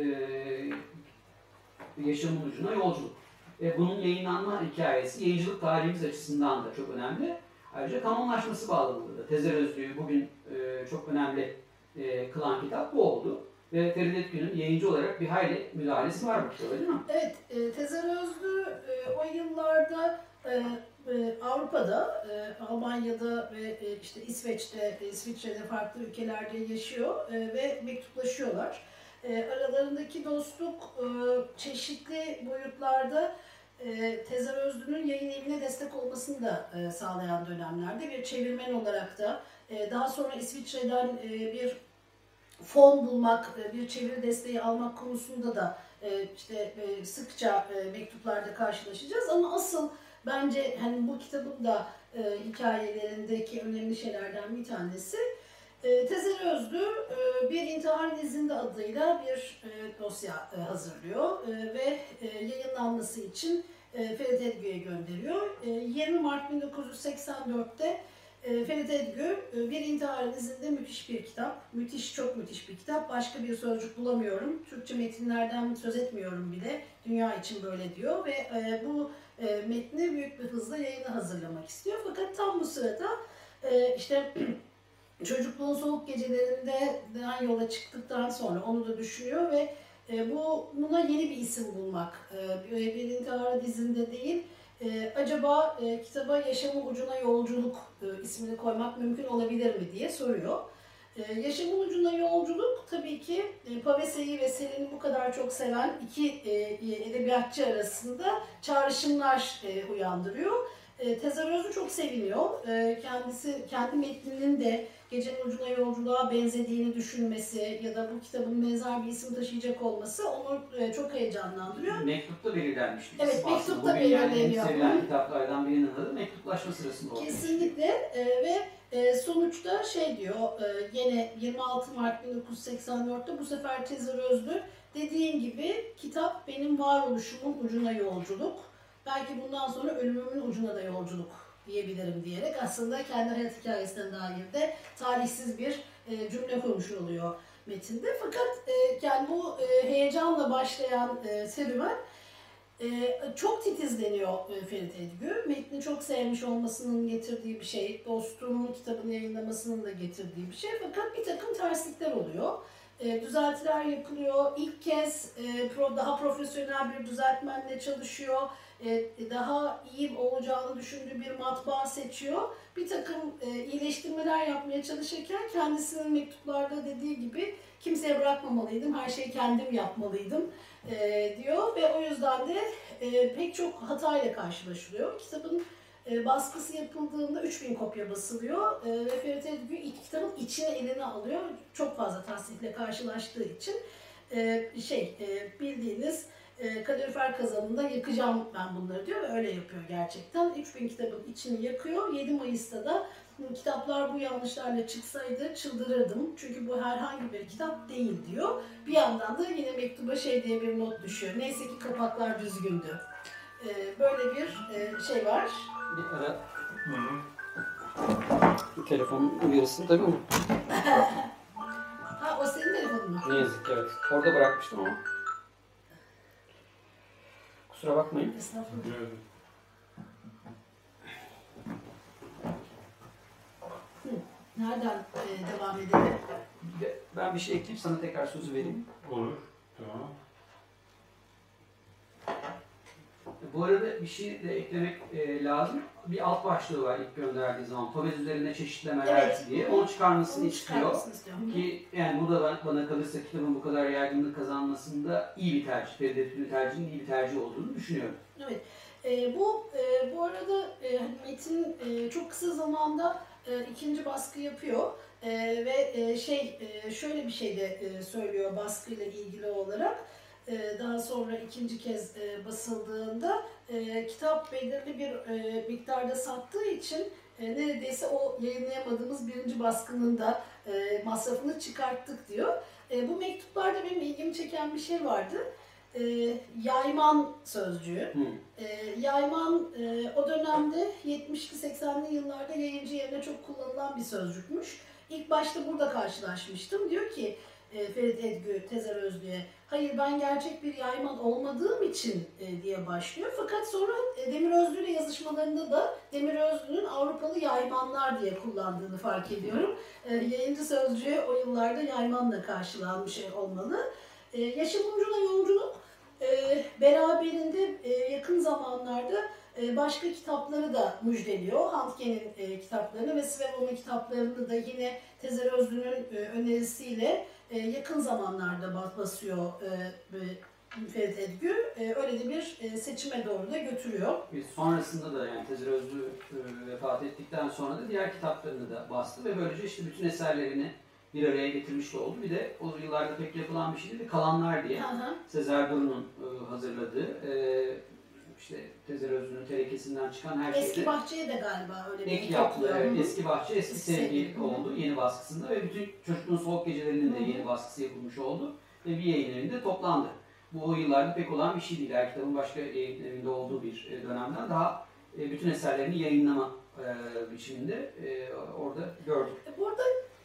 Yaşamın Ucuna Yolculuk. Bunun yayınlanma hikayesi yayıncılık tarihimiz açısından da çok önemli. Ayrıca kanonlaşması bağlamında da Tezer Özlü'yü bugün çok önemli kılan kitap bu oldu. Ve Feride Edgün'ün yayıncı olarak bir hayli müdahalesi var bu kitaba, değil mi? Evet, Tezer Özlü o yıllarda Avrupa'da, Almanya'da ve işte İsviçre'de farklı ülkelerde yaşıyor ve mektuplaşıyorlar. Aralarındaki dostluk çeşitli boyutlarda Tezer Özlü'nün yayın evine destek olmasını da sağlayan dönemlerde bir çevirmen olarak da daha sonra İsviçre'den bir fon bulmak, bir çeviri desteği almak konusunda da sıkça mektuplarda karşılaşacağız. Ama asıl bence hani bu kitabın da hikayelerindeki önemli şeylerden bir tanesi Tezer Özlü bir intihar izinde adıyla bir dosya hazırlıyor ve yayınlanması için Ferit Edgü'ye gönderiyor. 20 Mart 1984'te Ferit Edgü bir intihar izinde müthiş bir kitap. Çok müthiş bir kitap. Başka bir sözcük bulamıyorum. Türkçe metinlerden söz etmiyorum bile. Dünya için böyle diyor ve bu metni büyük bir hızla yayına hazırlamak istiyor. Fakat tam bu sırada Çocukluğun Soğuk Gecelerinden yola çıktıktan sonra onu da düşünüyor ve buna yeni bir isim bulmak. Bir intihar dizinde değil, acaba kitaba Yaşamın Ucuna Yolculuk ismini koymak mümkün olabilir mi diye soruyor. Yaşamın Ucuna Yolculuk tabii ki Pavese'yi ve Selin'i bu kadar çok seven iki edebiyatçı arasında çağrışımlar uyandırıyor. Tezer Özlü çok seviniyor. Kendisi kendi metninin de Gecenin Ucuna Yolculuğa benzediğini düşünmesi ya da bu kitabın benzer bir isim taşıyacak olması onu çok heyecanlandırıyor. Mektupta belirlenmiş bir evet, isim mektupta aslında. Bugün belirleniyor. Yani en sevilen kitaplardan birinin adı mektuplaşma sırasında olmuş. Kesinlikle ve sonuçta diyor, yine 26 Mart 1984'te bu sefer Tezer Özlü dediğin gibi kitap benim varoluşumun ucuna yolculuk. Belki bundan sonra ölümümün ucuna da yolculuk diyebilirim diyerek aslında kendi hayat hikayesine dair de tarihsiz bir cümle kurmuş oluyor metinde. Fakat yani bu heyecanla başlayan serüven çok titizleniyor Ferit Edgü. Metni çok sevmiş olmasının getirdiği bir şey, Dostum'un kitabını yayınlamasının da getirdiği bir şey. Fakat bir takım terslikler oluyor. Düzeltiler yapılıyor. İlk kez daha profesyonel bir düzeltmenle çalışıyor. Daha iyi olacağını düşündüğü bir matbaa seçiyor. Bir takım iyileştirmeler yapmaya çalışırken kendisinin mektuplarda dediği gibi kimseye bırakmamalıydım, her şeyi kendim yapmalıydım diyor ve o yüzden de pek çok hatayla karşılaşılıyor. Kitabın baskısı yapıldığında 3000 kopya basılıyor ve Ferit Edgü kitabın içine eline alıyor. Çok fazla tasnihle karşılaştığı için bildiğiniz kalorifer kazanında yakacağım ben bunları diyor ve öyle yapıyor gerçekten. 3000 kitabın içini yakıyor. 7 Mayıs'ta da kitaplar bu yanlışlarla çıksaydı çıldırırdım. Çünkü bu herhangi bir kitap değil diyor. Bir yandan da yine mektuba diye bir not düşüyor. Neyse ki kapaklar düzgündü. Böyle bir şey var. Bir ara telefon uyarısı tabii mi? O senin telefonun mu? Ne yazık ki evet. Orada bırakmıştım ama. Kusura bakmayın. Estağfurullah. Nereden devam edelim? Ben bir şey ekleyip sana tekrar sözü vereyim. Olur. Tamam. Bu arada bir şey de eklemek lazım. Bir alt başlığı var ilk gönderdiği zaman. Pavez üzerine çeşitlemeler Evet. diye. Onu çıkarmasını istiyor. istiyorum. Ki yani burada bana kalırsa kitabın bu kadar yaygınlık kazanmasında iyi bir tercih. Feride Edgün'ün tercihinin iyi bir tercih olduğunu düşünüyorum. Evet. Bu arada Metin çok kısa zamanda ikinci baskı yapıyor ve şöyle bir şey de söylüyor baskıyla ilgili olarak. Daha sonra ikinci kez basıldığında kitap belirli bir miktarda sattığı için neredeyse o yayınlayamadığımız birinci baskının da masrafını çıkarttık diyor. Bu mektuplarda benim ilgimi çeken bir şey vardı. Yayman sözcüğü. Yayman o dönemde 70'li 80'li yıllarda yayıncı yerine çok kullanılan bir sözcükmüş. İlk başta burada karşılaşmıştım. Diyor ki Ferit Edgü, Tezer Özlü'ye, hayır ben gerçek bir yayman olmadığım için diye başlıyor. Fakat sonra Demir Özlü ile yazışmalarında da Demir Özlü'nün Avrupalı yaymanlar diye kullandığını fark ediyorum. Yayıncı sözcüğe o yıllarda yaymanla karşılanmış olmalı. Yaşam Ucuna Yolculuk beraberinde yakın zamanlarda başka kitapları da müjdeliyor. Handke'nin kitaplarını ve Svevon'un kitaplarını da yine Tezer Özlü'nün önerisiyle yakın zamanlarda basıyor Ferit Edgü. Öyle de bir seçime doğru da götürüyor. Sonrasında da yani Tezer Özlü vefat ettikten sonra da diğer kitaplarını da bastı ve böylece işte bütün eserlerini bir araya getirmiş de oldu. Bir de o yıllarda pek yapılan bir şey değil, Kalanlar diye Sezer Burun'un hazırladığı işte Tezer Özlü'nün terekesinden çıkan her şeyde Eski Bahçe'ye de galiba öyle bir ek yaptı. Evet, Eski Bahçe, Eski Sevgi oldu yeni baskısında ve bütün Çocukluğun Soğuk Gecelerinin de yeni baskısı yapılmış oldu ve bir yayın evinde toplandı. Bu o yıllarda pek olan bir şey değil. Her kitabın başka yayın evinde olduğu bir dönemden daha bütün eserlerini yayınlama biçiminde orada gördük. Burada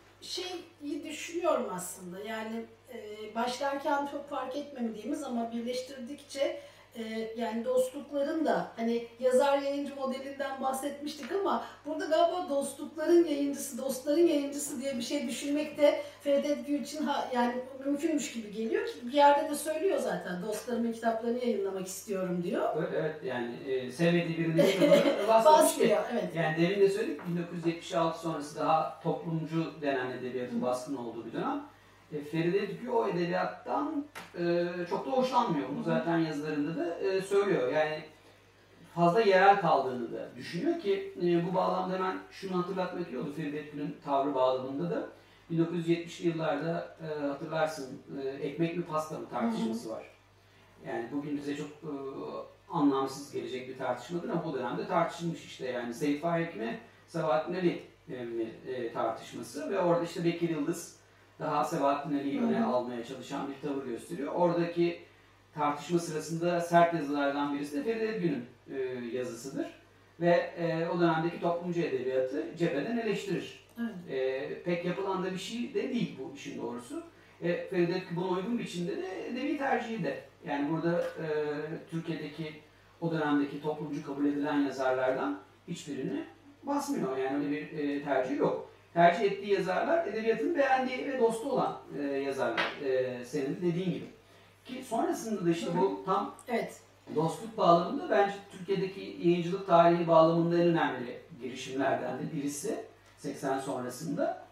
şeyi düşünüyorum aslında, yani başlarken çok fark etmediğimiz ama birleştirdikçe yani dostlukların da hani yazar yayıncı modelinden bahsetmiştik ama burada galiba dostlukların yayıncısı, dostların yayıncısı diye bir şey düşünmek de Ferit Edgü için yani mümkünmüş gibi geliyor. Bir yerde de söylüyor zaten, dostlarımın kitaplarını yayınlamak istiyorum diyor. Evet yani sevmediği birinin bahsetmişti. Evet. Yani demin de söyledik, 1976 sonrası daha toplumcu denen edebiyatın baskın olduğu bir dönem. Ferit Edgü o edebiyattan çok da hoşlanmıyor. Bunu zaten yazılarında da söylüyor. Yani fazla yerel kaldığını da düşünüyor ki bu bağlamda hemen şunu hatırlatmak iyi olur. Ferit Edgü'nün tavrı bağlamında da 1970'li yıllarda hatırlarsın ekmek mi pasta mı tartışması var. Yani bugün bize çok anlamsız gelecek bir tartışmadır ama o dönemde tartışılmış işte yani Seyit Faik mi, Sabahattin Ali mi tartışması ve orada işte Bekir Yıldız daha Sabahattin Ali'yi öne almaya çalışan bir tavır gösteriyor. Oradaki tartışma sırasında sert yazılardan birisi de Ferit Edgü'nün yazısıdır. Ve o dönemdeki toplumcu edebiyatı cepheden eleştirir. Pek yapılan da bir şey de değil bu işin doğrusu. Ferit Edgü buna uygun biçimde de edebi tercihi de. Yani burada Türkiye'deki o dönemdeki toplumcu kabul edilen yazarlardan hiçbirini basmıyor. Yani öyle bir tercih yok. Tercih ettiği yazarlar edebiyatın beğendiği ve dostu olan yazarlar. Senin dediğin gibi. Ki sonrasında da işte bu tam dostluk bağlamında bence Türkiye'deki yayıncılık tarihi bağlamında en önemli girişimlerden de birisi 80 sonrasında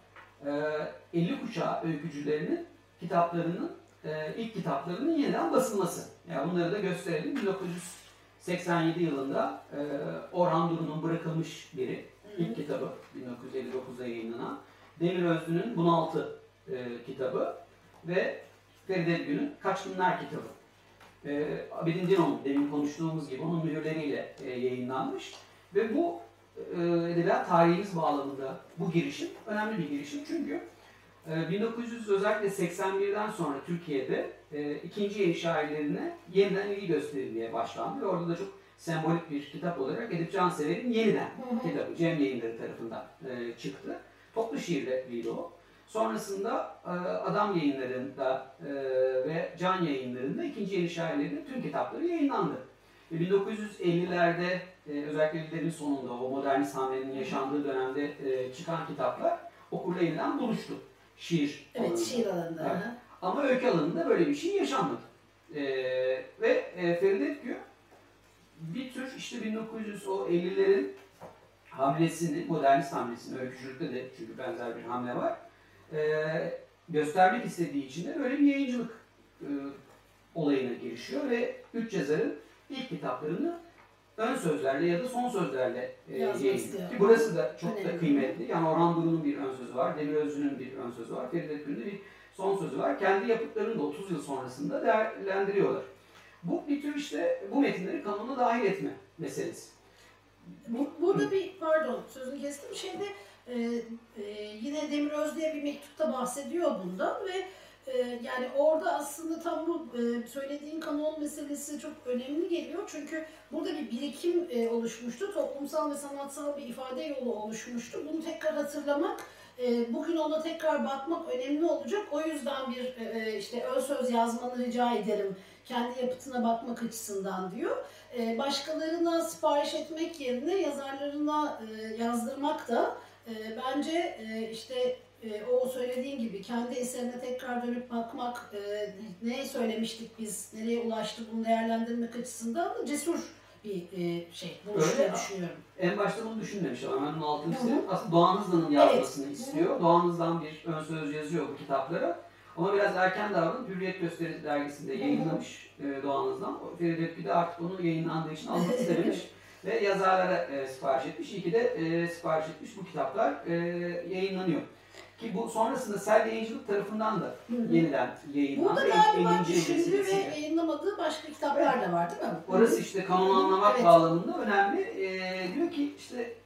50 kuşağı öykücülerinin kitaplarının ilk kitaplarının yeniden basılması. Yani bunları da gösterelim. 1987 yılında Orhan Duru'nun Bırakılmış Biri ilk kitabı 1959'da yayınlanan, Demir Özlü'nün Bunaltı kitabı ve Ferit Edgü'nün Kaçkınlar kitabı. Abidin Dino'nun demin konuştuğumuz gibi onun mühürleriyle yayınlanmış ve bu edebiyat tarihimiz bağlamında bu girişim önemli bir girişim çünkü 1900 özellikle 81'den sonra Türkiye'de ikinci yeni şairlerine yeniden ilgi gösterilmeye başlandı ve orada da çok sembolik bir kitap olarak Edip Cansever'in Yeniden kitabı Cem Yayınları tarafından çıktı. Toplu şiirliydi o. Sonrasında Adam Yayınları'nda ve Can Yayınları'nda ikinci yeni şairlerin tüm kitapları yayınlandı. 1950'lerde özellikle 50'lerin sonunda o modernist hamlenin yaşandığı dönemde çıkan kitaplar okurla yeniden buluştu. Şiir alanında. Şiir alanında. Evet. Ama öykü alanında böyle bir şey yaşanmadı. Ve Ferit Edgü bir tür işte 1950'lerin hamlesini, modernist hamlesini, öykücülükte de çünkü benzer bir hamle var, göstermek istediği için de böyle bir yayıncılık olayına girişiyor ve 3 yazarın ilk kitaplarını ön sözlerle ya da son sözlerle yayınlıyor. Ki burası da çok da kıymetli. Yani Orhan Duru'nun bir ön sözü var, Demir Özlü'nün bir ön sözü var, Ferit Edgü'nün de bir son sözü var. Kendi yapıtlarını da 30 yıl sonrasında değerlendiriyorlar. Bu bir tür işte bu metinleri kanuna dahil etme meselesi. Burada pardon sözünü kestim şeyde yine Demir Özde'ye bir mektupta bahsediyor bundan ve yani orada aslında tam bu söylediğin kanon meselesi çok önemli geliyor. Çünkü burada bir birikim oluşmuştu. Toplumsal ve sanatsal bir ifade yolu oluşmuştu. Bunu tekrar hatırlamak, bugün ona tekrar bakmak önemli olacak. O yüzden bir işte ön söz yazmanı rica ederim kendi yapıtına bakmak açısından diyor. Başkalarına sipariş etmek yerine yazarlarına yazdırmak da bence işte o söylediğin gibi kendi eserine tekrar dönüp bakmak, ne söylemiştik biz, nereye ulaştı bunu değerlendirmek açısından da cesur bir şey. Bunu şöyle düşünüyorum. En başta bunu düşünmemiş ama ben bunun altını istedim. Aslında Doğan Hızlı'nın yazmasını istiyor. Doğan Hızlı'dan bir ön söz yazıyor bu kitaplara. Ama biraz erken davranıp Hürriyet Gösterisi dergisinde yayınlamış Doğan Hızlı'dan. Feride Tüpkü de artık onun yayınlandığı için almak istememiş. Ve yazarlara sipariş etmiş. İyi ki de sipariş etmiş. Bu kitaplar yayınlanıyor. Ki bu sonrasında Sel Yayıncılık tarafından da yeniden yayınlandı. Burada galiba düşündüğü ve yayınlamadığı başka kitaplar da var değil mi? Orası işte kanonu anlamak bağlamında önemli. Diyor ki işte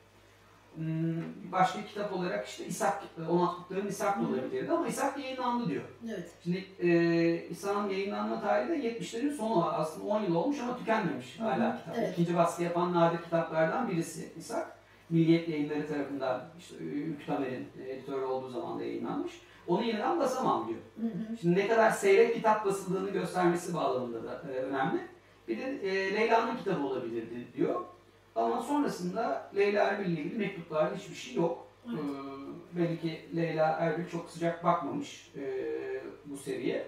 başka kitap olarak işte İshak, Onatlıkların İshak da olabilirdi ama İshak yayınlandı diyor. Evet. Şimdi İshak'ın yayınlanma tarihi de 70'lerin sonu, aslında 10 yıl olmuş ama tükenmemiş hala kitap. Evet. İkinci baskı yapan nadir kitaplardan birisi İshak. Milliyet Yayınları tarafından işte Ülkü Tamer'in editörü olduğu zaman da yayınlanmış. Onu yeniden basamam diyor. Şimdi ne kadar seyrek kitap basıldığını göstermesi bağlamında da önemli. Bir de Leyla'nın kitabı olabilirdi diyor. Ama sonrasında Leyla Erbil ile ilgili mektuplarda hiçbir şey yok. Belli ki Leyla Erbil çok sıcak bakmamış bu seriye.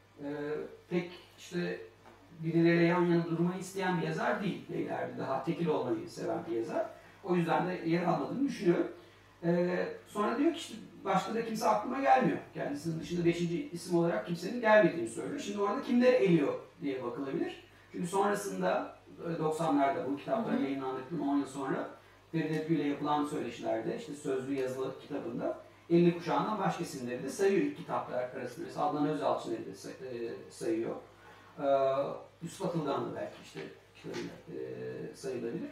Pek işte birileriyle yan yana durmayı isteyen bir yazar değil Leyla Erbil. Daha tekil olmayı seven bir yazar. O yüzden de yer almadığını düşünüyorum. Sonra diyor ki işte başka da kimse aklıma gelmiyor. Kendisinin dışında 5. isim olarak kimsenin gelmediğini söylüyor. Şimdi orada kimleri eliyor diye bakılabilir. Çünkü sonrasında 90'larda bu kitaplar yayınlandıktan 10 yıl sonra Feride Tüpkü ile yapılan söyleşilerde işte sözlü yazılı kitabında 50 kuşağından başka isimleri de sayıyor ilk kitaplar arasında. Mesela Adnan Özalçın'ı da sayıyor. Yusuf Atılgan da belki işte kitabında sayılabilir.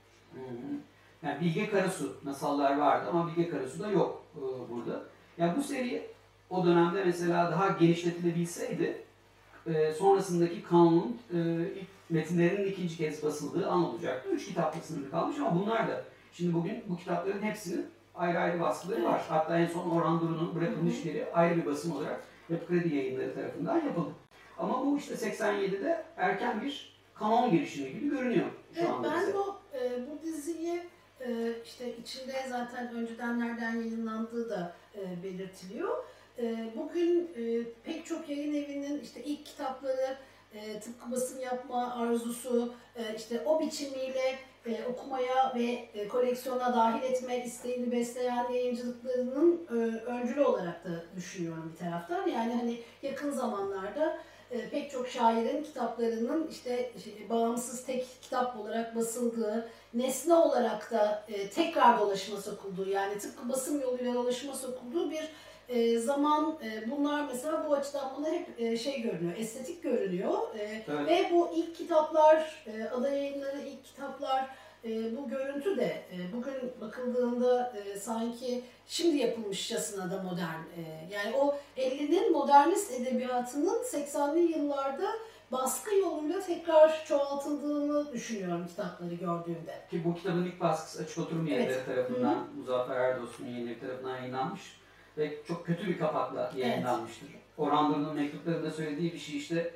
Yani Bilge Karasu masallar vardı ama Bilge Karasu da yok burada. Yani bu seri o dönemde mesela daha genişletilebilseydi sonrasındaki kanunun ilk metinlerinin ikinci kez basıldığı an olacaktı. 3 kitapla sınırlı kalmış ama bunlar da şimdi bugün bu kitapların hepsinin ayrı ayrı baskıları var. Hatta en son Orhan Duru'nun bırakılmış yeri ayrı bir basım olarak Yapı Kredi Yayınları tarafından yapıldı. Ama bu işte 87'de erken bir kanon girişimi gibi görünüyor şu anda. Ben bu diziyi işte içinde zaten önceden nereden yayınlandığı da belirtiliyor. Bugün pek çok yayın evinin işte ilk kitapları tıpkı basım yapma arzusu, işte o biçimiyle okumaya ve koleksiyona dahil etme isteğini besleyen yayıncılıklarının öncülü olarak da düşünüyorum bir taraftan. Yani hani yakın zamanlarda pek çok şairin kitaplarının işte bağımsız tek kitap olarak basıldığı, nesne olarak da tekrar dolaşıma sokulduğu, yani tıpkı basım yoluyla dolaşıma sokulduğu bir zaman. Bunlar mesela bu açıdan bana hep görünüyor, estetik görünüyor. Evet. Ve bu ilk kitaplar, Ada Yayınları ilk kitaplar, bu görüntü de bugün bakıldığında sanki şimdi yapılmışçasına da modern. Yani o 50'nin modernist edebiyatının 80'li yıllarda baskı yoluyla tekrar çoğaltıldığını düşünüyorum kitapları gördüğümde. Ki bu kitabın ilk baskısı Açık Oturum Yayınları tarafından, Muzaffer Erdoğan'ın yayınları tarafından yayınlanmış ve çok kötü bir kapakla yayınlanmıştır. Evet. Orhan Duru'nun mektuplarında söylediği bir şey işte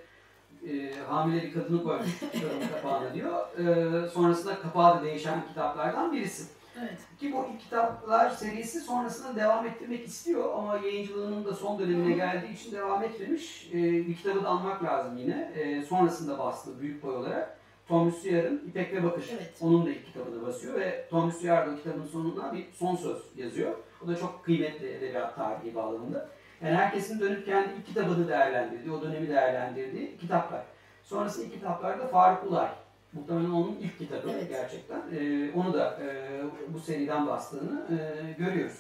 hamile bir kadını koymuş kitabın kapağına diyor. Sonrasında kapağı da değişen kitaplardan birisi. Evet. Ki bu ilk kitaplar serisi sonrasında devam ettirmek istiyor ama yayıncılığının da son dönemine geldiği için devam etmemiş. Bir kitabı da almak lazım yine. Sonrasında bastığı büyük boy olarak Tomris Uyar'ın İpek ve Bakır. Evet. Onun da ilk kitabını basıyor ve Tomris Uyar da kitabın sonuna bir son söz yazıyor. O da çok kıymetli edebiyat tarihi bağlamında. Yani herkesin dönüp kendi ilk kitabını değerlendirdiği, o dönemi değerlendirdiği kitaplar. Sonrasında ilk kitaplarda Faruk Ulay. Muhtemelen onun ilk kitabı gerçekten. Onu da bu seriden bastığını görüyoruz.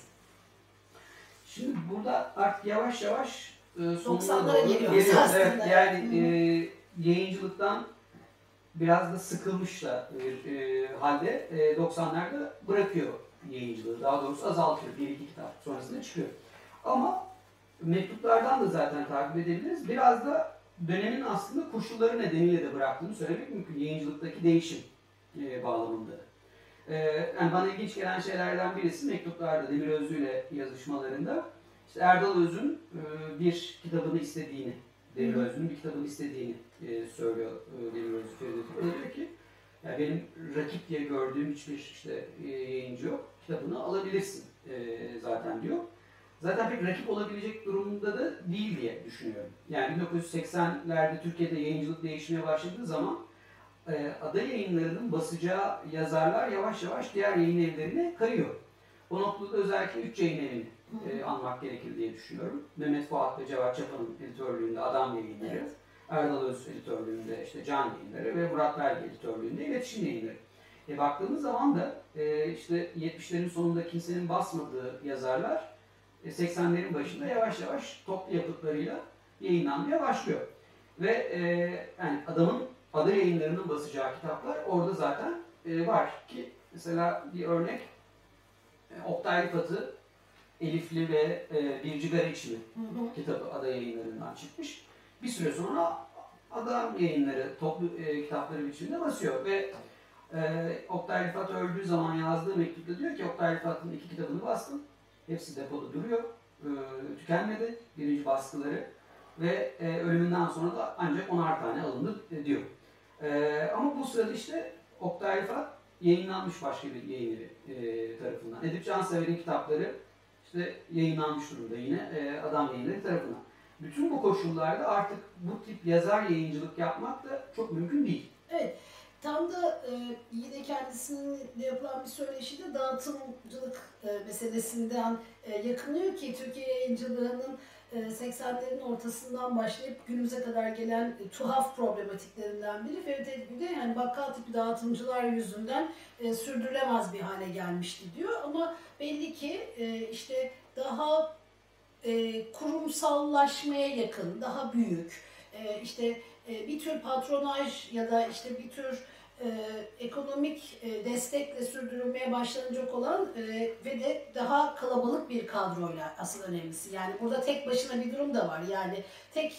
Şimdi burada artık yavaş yavaş sonuna doğru geliyoruz. Evet, yani yayıncılıktan biraz da sıkılmış da bir halde 90'larda bırakıyor yayıncılığı. Daha doğrusu azaltıyor. 1-2 kitap sonrasında çıkıyor. Ama mektuplardan da zaten takip edebiliriz. Biraz da dönemin aslında koşulları nedeniyle de bıraktığını söylemek mümkün. Yayıncılıktaki değişim bağlamında. Yani bana ilginç gelen şeylerden birisi mektuplarda Demir Özlü ile yazışmalarında işte Erdal Öz'ün bir kitabını istediğini, Demir Özlü'nün bir kitabını istediğini söylüyor Demir Özlü Feride. Diyor ki yani benim rakip diye gördüğüm hiçbir işte yayıncı yok. Kitabını alabilirsin zaten diyor. Zaten pek rakip olabilecek durumda da değil diye düşünüyorum. Yani 1980'lerde Türkiye'de yayıncılık değişmeye başladığı zaman ada yayınlarının basacağı yazarlar yavaş yavaş diğer yayın evlerine kayıyor. O noktada özellikle 3 yayın evini anmak gerekir diye düşünüyorum. Mehmet Fuat ve Cevat Çapa'nın editörlüğünde Adam Yayınları, evet. Erdal Öz editörlüğünde işte Can Yayınları ve Murat Belge editörlüğünde İletişim Yayınları. Baktığımız zaman da işte 70'lerin sonunda kimsenin basmadığı yazarlar 80'lerin başında yavaş yavaş toplu yapıtlarıyla yayınlanmaya başlıyor. Ve yani adamın ada yayınlarının basacağı kitaplar orada zaten var ki mesela bir örnek Oktay Rıfat'ı Elifli ve Birci Gariçli kitabı ada yayınlarından çıkmış. Bir süre sonra Adam Yayınları toplu kitapları biçiminde basıyor ve Oktay Rıfat öldüğü zaman yazdığı mektupta diyor ki Oktay Rıfat'ın 2 kitabını bastım. Hepsi depoda duruyor. Tükenmedi birinci baskıları ve ölümünden sonra da ancak 10'ar tane alındı diyor. Ama bu sırada işte Oktay Rıfat yayınlanmış başka bir yayın evi tarafından. Edip Cansever'in kitapları işte yayınlanmış durumda yine Adam Yayınları tarafından. Bütün bu koşullarda artık bu tip yazar yayıncılık yapmak da çok mümkün değil. Evet. Tam da yine kendisinin yapılan bir söyleşide dağıtımcılık meselesinden yakınıyor ki Türkiye yayıncılığının 80'lerin ortasından başlayıp günümüze kadar gelen tuhaf problematiklerinden biri Ferit Edgü'de yani bakkal tipi dağıtımcılar yüzünden sürdürülemez bir hale gelmişti diyor. Ama belli ki işte daha kurumsallaşmaya yakın, daha büyük, işte bir tür patronaj ya da işte bir tür ekonomik destekle sürdürülmeye başlanacak olan ve de daha kalabalık bir kadroyla asıl önemlisi. Yani burada tek başına bir durum da var. Yani tek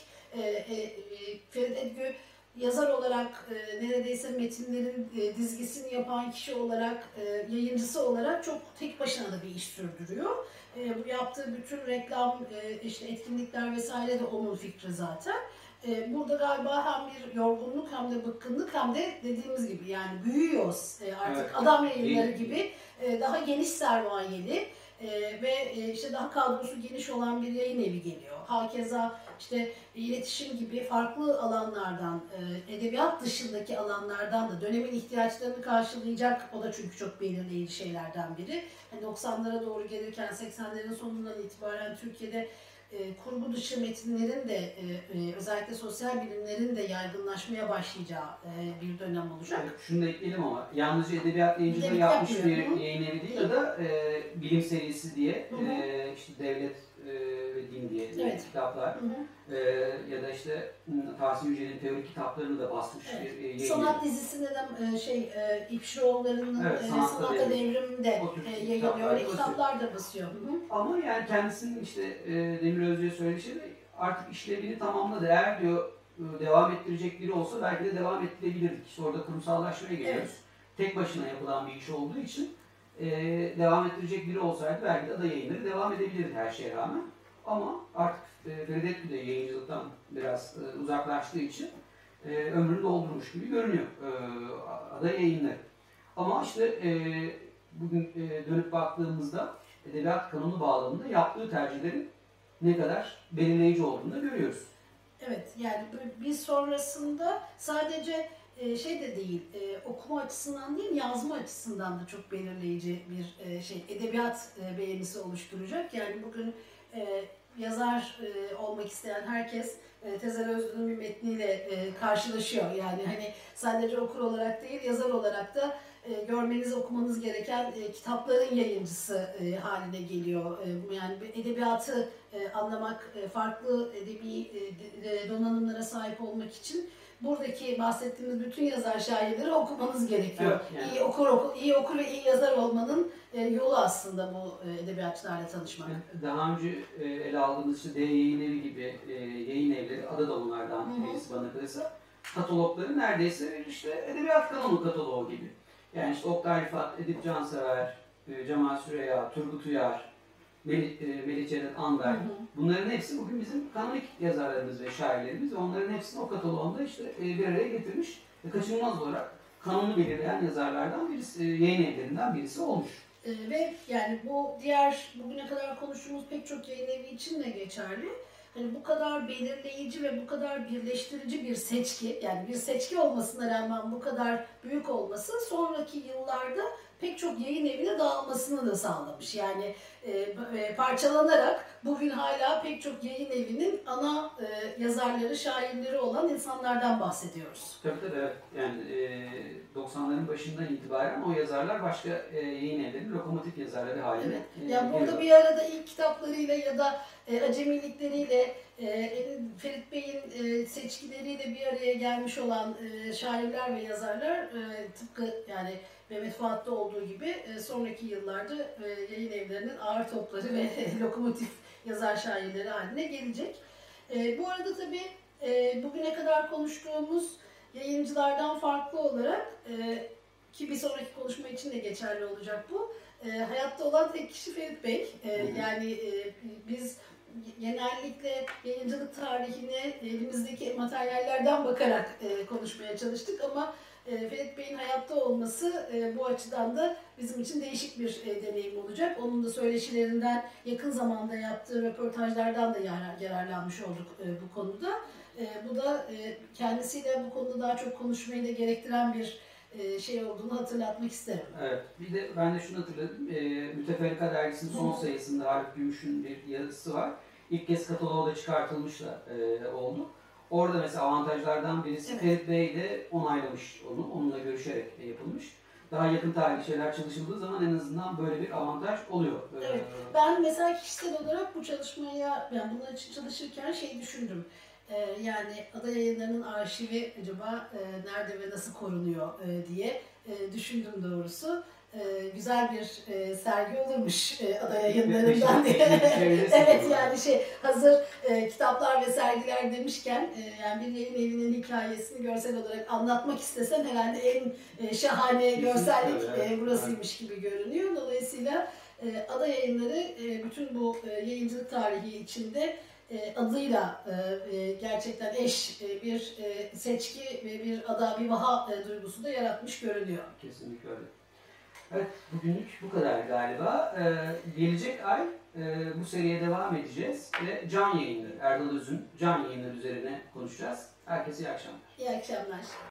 Ferit Edgü yazar olarak neredeyse metinlerin dizgisini yapan kişi olarak, yayıncısı olarak çok tek başına da bir iş sürdürüyor. Bu yaptığı bütün reklam, işte etkinlikler vesaire de onun fikri zaten. Burada galiba hem bir yorgunluk hem de bıkkınlık hem de dediğimiz gibi yani büyüyoruz artık evet. Adam Yayınları gibi daha geniş sermayeli ve işte daha kadrosu geniş olan bir yayın evi geliyor. Hakeza işte iletişim gibi farklı alanlardan, edebiyat dışındaki alanlardan da dönemin ihtiyaçlarını karşılayacak, o da çünkü çok belirleyici şeylerden biri. Yani 90'lara doğru gelirken 80'lerin sonundan itibaren Türkiye'de kurgu dışı metinlerin de özellikle sosyal bilimlerin de yaygınlaşmaya başlayacağı bir dönem olacak. Evet, şunu da ekleyelim ama yalnızca edebiyat yayıncılığı yapmış bir yayın evi değil, ya da bilim serisi diye işte devlet ve din diye evet. kitaplar ya da işte Tahsin Yücel'in teorik kitaplarını da basmış evet. bir yayın evi. Sanat dizisinde de İpşiroğulları'nın evet, Sanatta Devrim'de yayınlıyor. Öyle kitaplar da basıyor. Ama yani kendisinin işte Demir Özlü'ye söylediği şey de artık işlevini tamamladı. Eğer diyor devam ettirecek biri olsa belki de devam ettirebilirdik. İşte orada kurumsallaşmaya geliyoruz. Evet. Tek başına yapılan bir iş olduğu için devam ettirecek biri olsaydı belki de ada yayınları devam edebilirdi her şeye rağmen. Ama artık Ferit Edgü de yayıncılıktan biraz uzaklaştığı için ömrünü doldurmuş gibi görünüyor ada yayınları. Ama işte bugün dönüp baktığımızda edebiyat kanunu bağlamında yaptığı tercihlerin ne kadar belirleyici olduğunu da görüyoruz. Evet, yani bir sonrasında sadece şey de değil, okuma açısından değil, yazma açısından da çok belirleyici bir edebiyat beğenisi oluşturacak. Yani bugün yazar olmak isteyen herkes Tezer Özlü'nün bir metniyle karşılaşıyor. Yani hani sadece okur olarak değil, yazar olarak da görmeniz, okumanız gereken kitapların yayıncısı haline geliyor. Yani edebiyatı anlamak, farklı edebi donanımlara sahip olmak için buradaki bahsettiğimiz bütün yazar şairleri okumanız gerekiyor. Evet, yani. İyi okur ve iyi yazar olmanın yolu aslında bu edebiyatçılarla tanışmak. Daha önce ele aldığımız işte D Yayın Evi gibi yayın evleri, Ada da onlardan birisi bana kalırsa, katalogları neredeyse işte edebiyat kanonu kataloğu gibi. Yani işte Oktay Rifat, Edip Cansever, Cemal Süreya, Turgut Uyar, Melih Cevdet Anber, bunların hepsi bugün bizim kanonik yazarlarımız ve şairlerimiz ve onların hepsini o kataloğunda işte bir araya getirmiş ve kaçınılmaz olarak kanunu belirleyen yazarlardan birisi, yayın evlerinden birisi olmuş. Ve yani bu diğer bugüne kadar konuştuğumuz pek çok yayın evi için de geçerli. Hani bu kadar belirleyici ve bu kadar birleştirici bir seçki, yani bir seçki olmasına rağmen bu kadar büyük olması sonraki yıllarda pek çok yayın evine dağılmasını da sağlamış. Yani parçalanarak bugün hala pek çok yayın evinin ana yazarları, şairleri olan insanlardan bahsediyoruz. Tabii evet. Yani 90'ların başından itibaren o yazarlar başka yayın evlerinin lokomotif yazarları haline yani burada bir arada ilk kitaplarıyla ya da acemilikleriyle, Ferit Bey'in seçkileriyle bir araya gelmiş olan şairler ve yazarlar tıpkı yani Mehmet Fuat'ta olduğu gibi sonraki yıllarda yayın evlerinin ağır topları ve lokomotif yazar şairleri haline gelecek. Bu arada tabii bugüne kadar konuştuğumuz yayıncılardan farklı olarak ki bir sonraki konuşma için de geçerli olacak bu. Hayatta olan tek kişi Ferit Bey. Yani biz genellikle yayıncılık tarihine elimizdeki materyallerden bakarak konuşmaya çalıştık ama Ferit Bey'in hayatta olması bu açıdan da bizim için değişik bir deneyim olacak. Onun da söyleşilerinden, yakın zamanda yaptığı röportajlardan da yararlanmış olduk bu konuda. Bu da kendisiyle bu konuda daha çok konuşmayı da gerektiren bir şey olduğunu hatırlatmak isterim. Evet, bir de ben de şunu hatırladım. Müteferrika dergisinin son sayısında Arif Gümüş'ün bir yazısı var. İlk kez kataloğa da çıkartılmış da oldu. Orada mesela avantajlardan birisi Ferit Bey de onaylamış onu, onunla görüşerek yapılmış. Daha yakın tarihli şeyler çalışıldığı zaman en azından böyle bir avantaj oluyor. Evet, ben mesela kişisel olarak bu çalışmaya, yani bunun için çalışırken düşündüm. Yani Ada Yayınları'nın arşivi acaba nerede ve nasıl korunuyor diye düşündüm doğrusu. Güzel bir sergi olurmuş Ada Yayınları'ndan diye. Evet yani hazır kitaplar ve sergiler demişken yani bir yayın evinin hikayesini görsel olarak anlatmak istesen herhalde en şahane görsellik burasıymış gibi görünüyor. Dolayısıyla Ada Yayınları bütün bu yayıncılık tarihi içinde adıyla gerçekten eş bir seçki ve bir ada, bir vaha duygusu da yaratmış görünüyor. Kesinlikle öyle. Evet, bugünlük bu kadar galiba. Gelecek ay bu seriye devam edeceğiz ve Can Yayınları, Erdal Öz'ün Can Yayınları üzerine konuşacağız. Herkese iyi akşamlar. İyi akşamlar.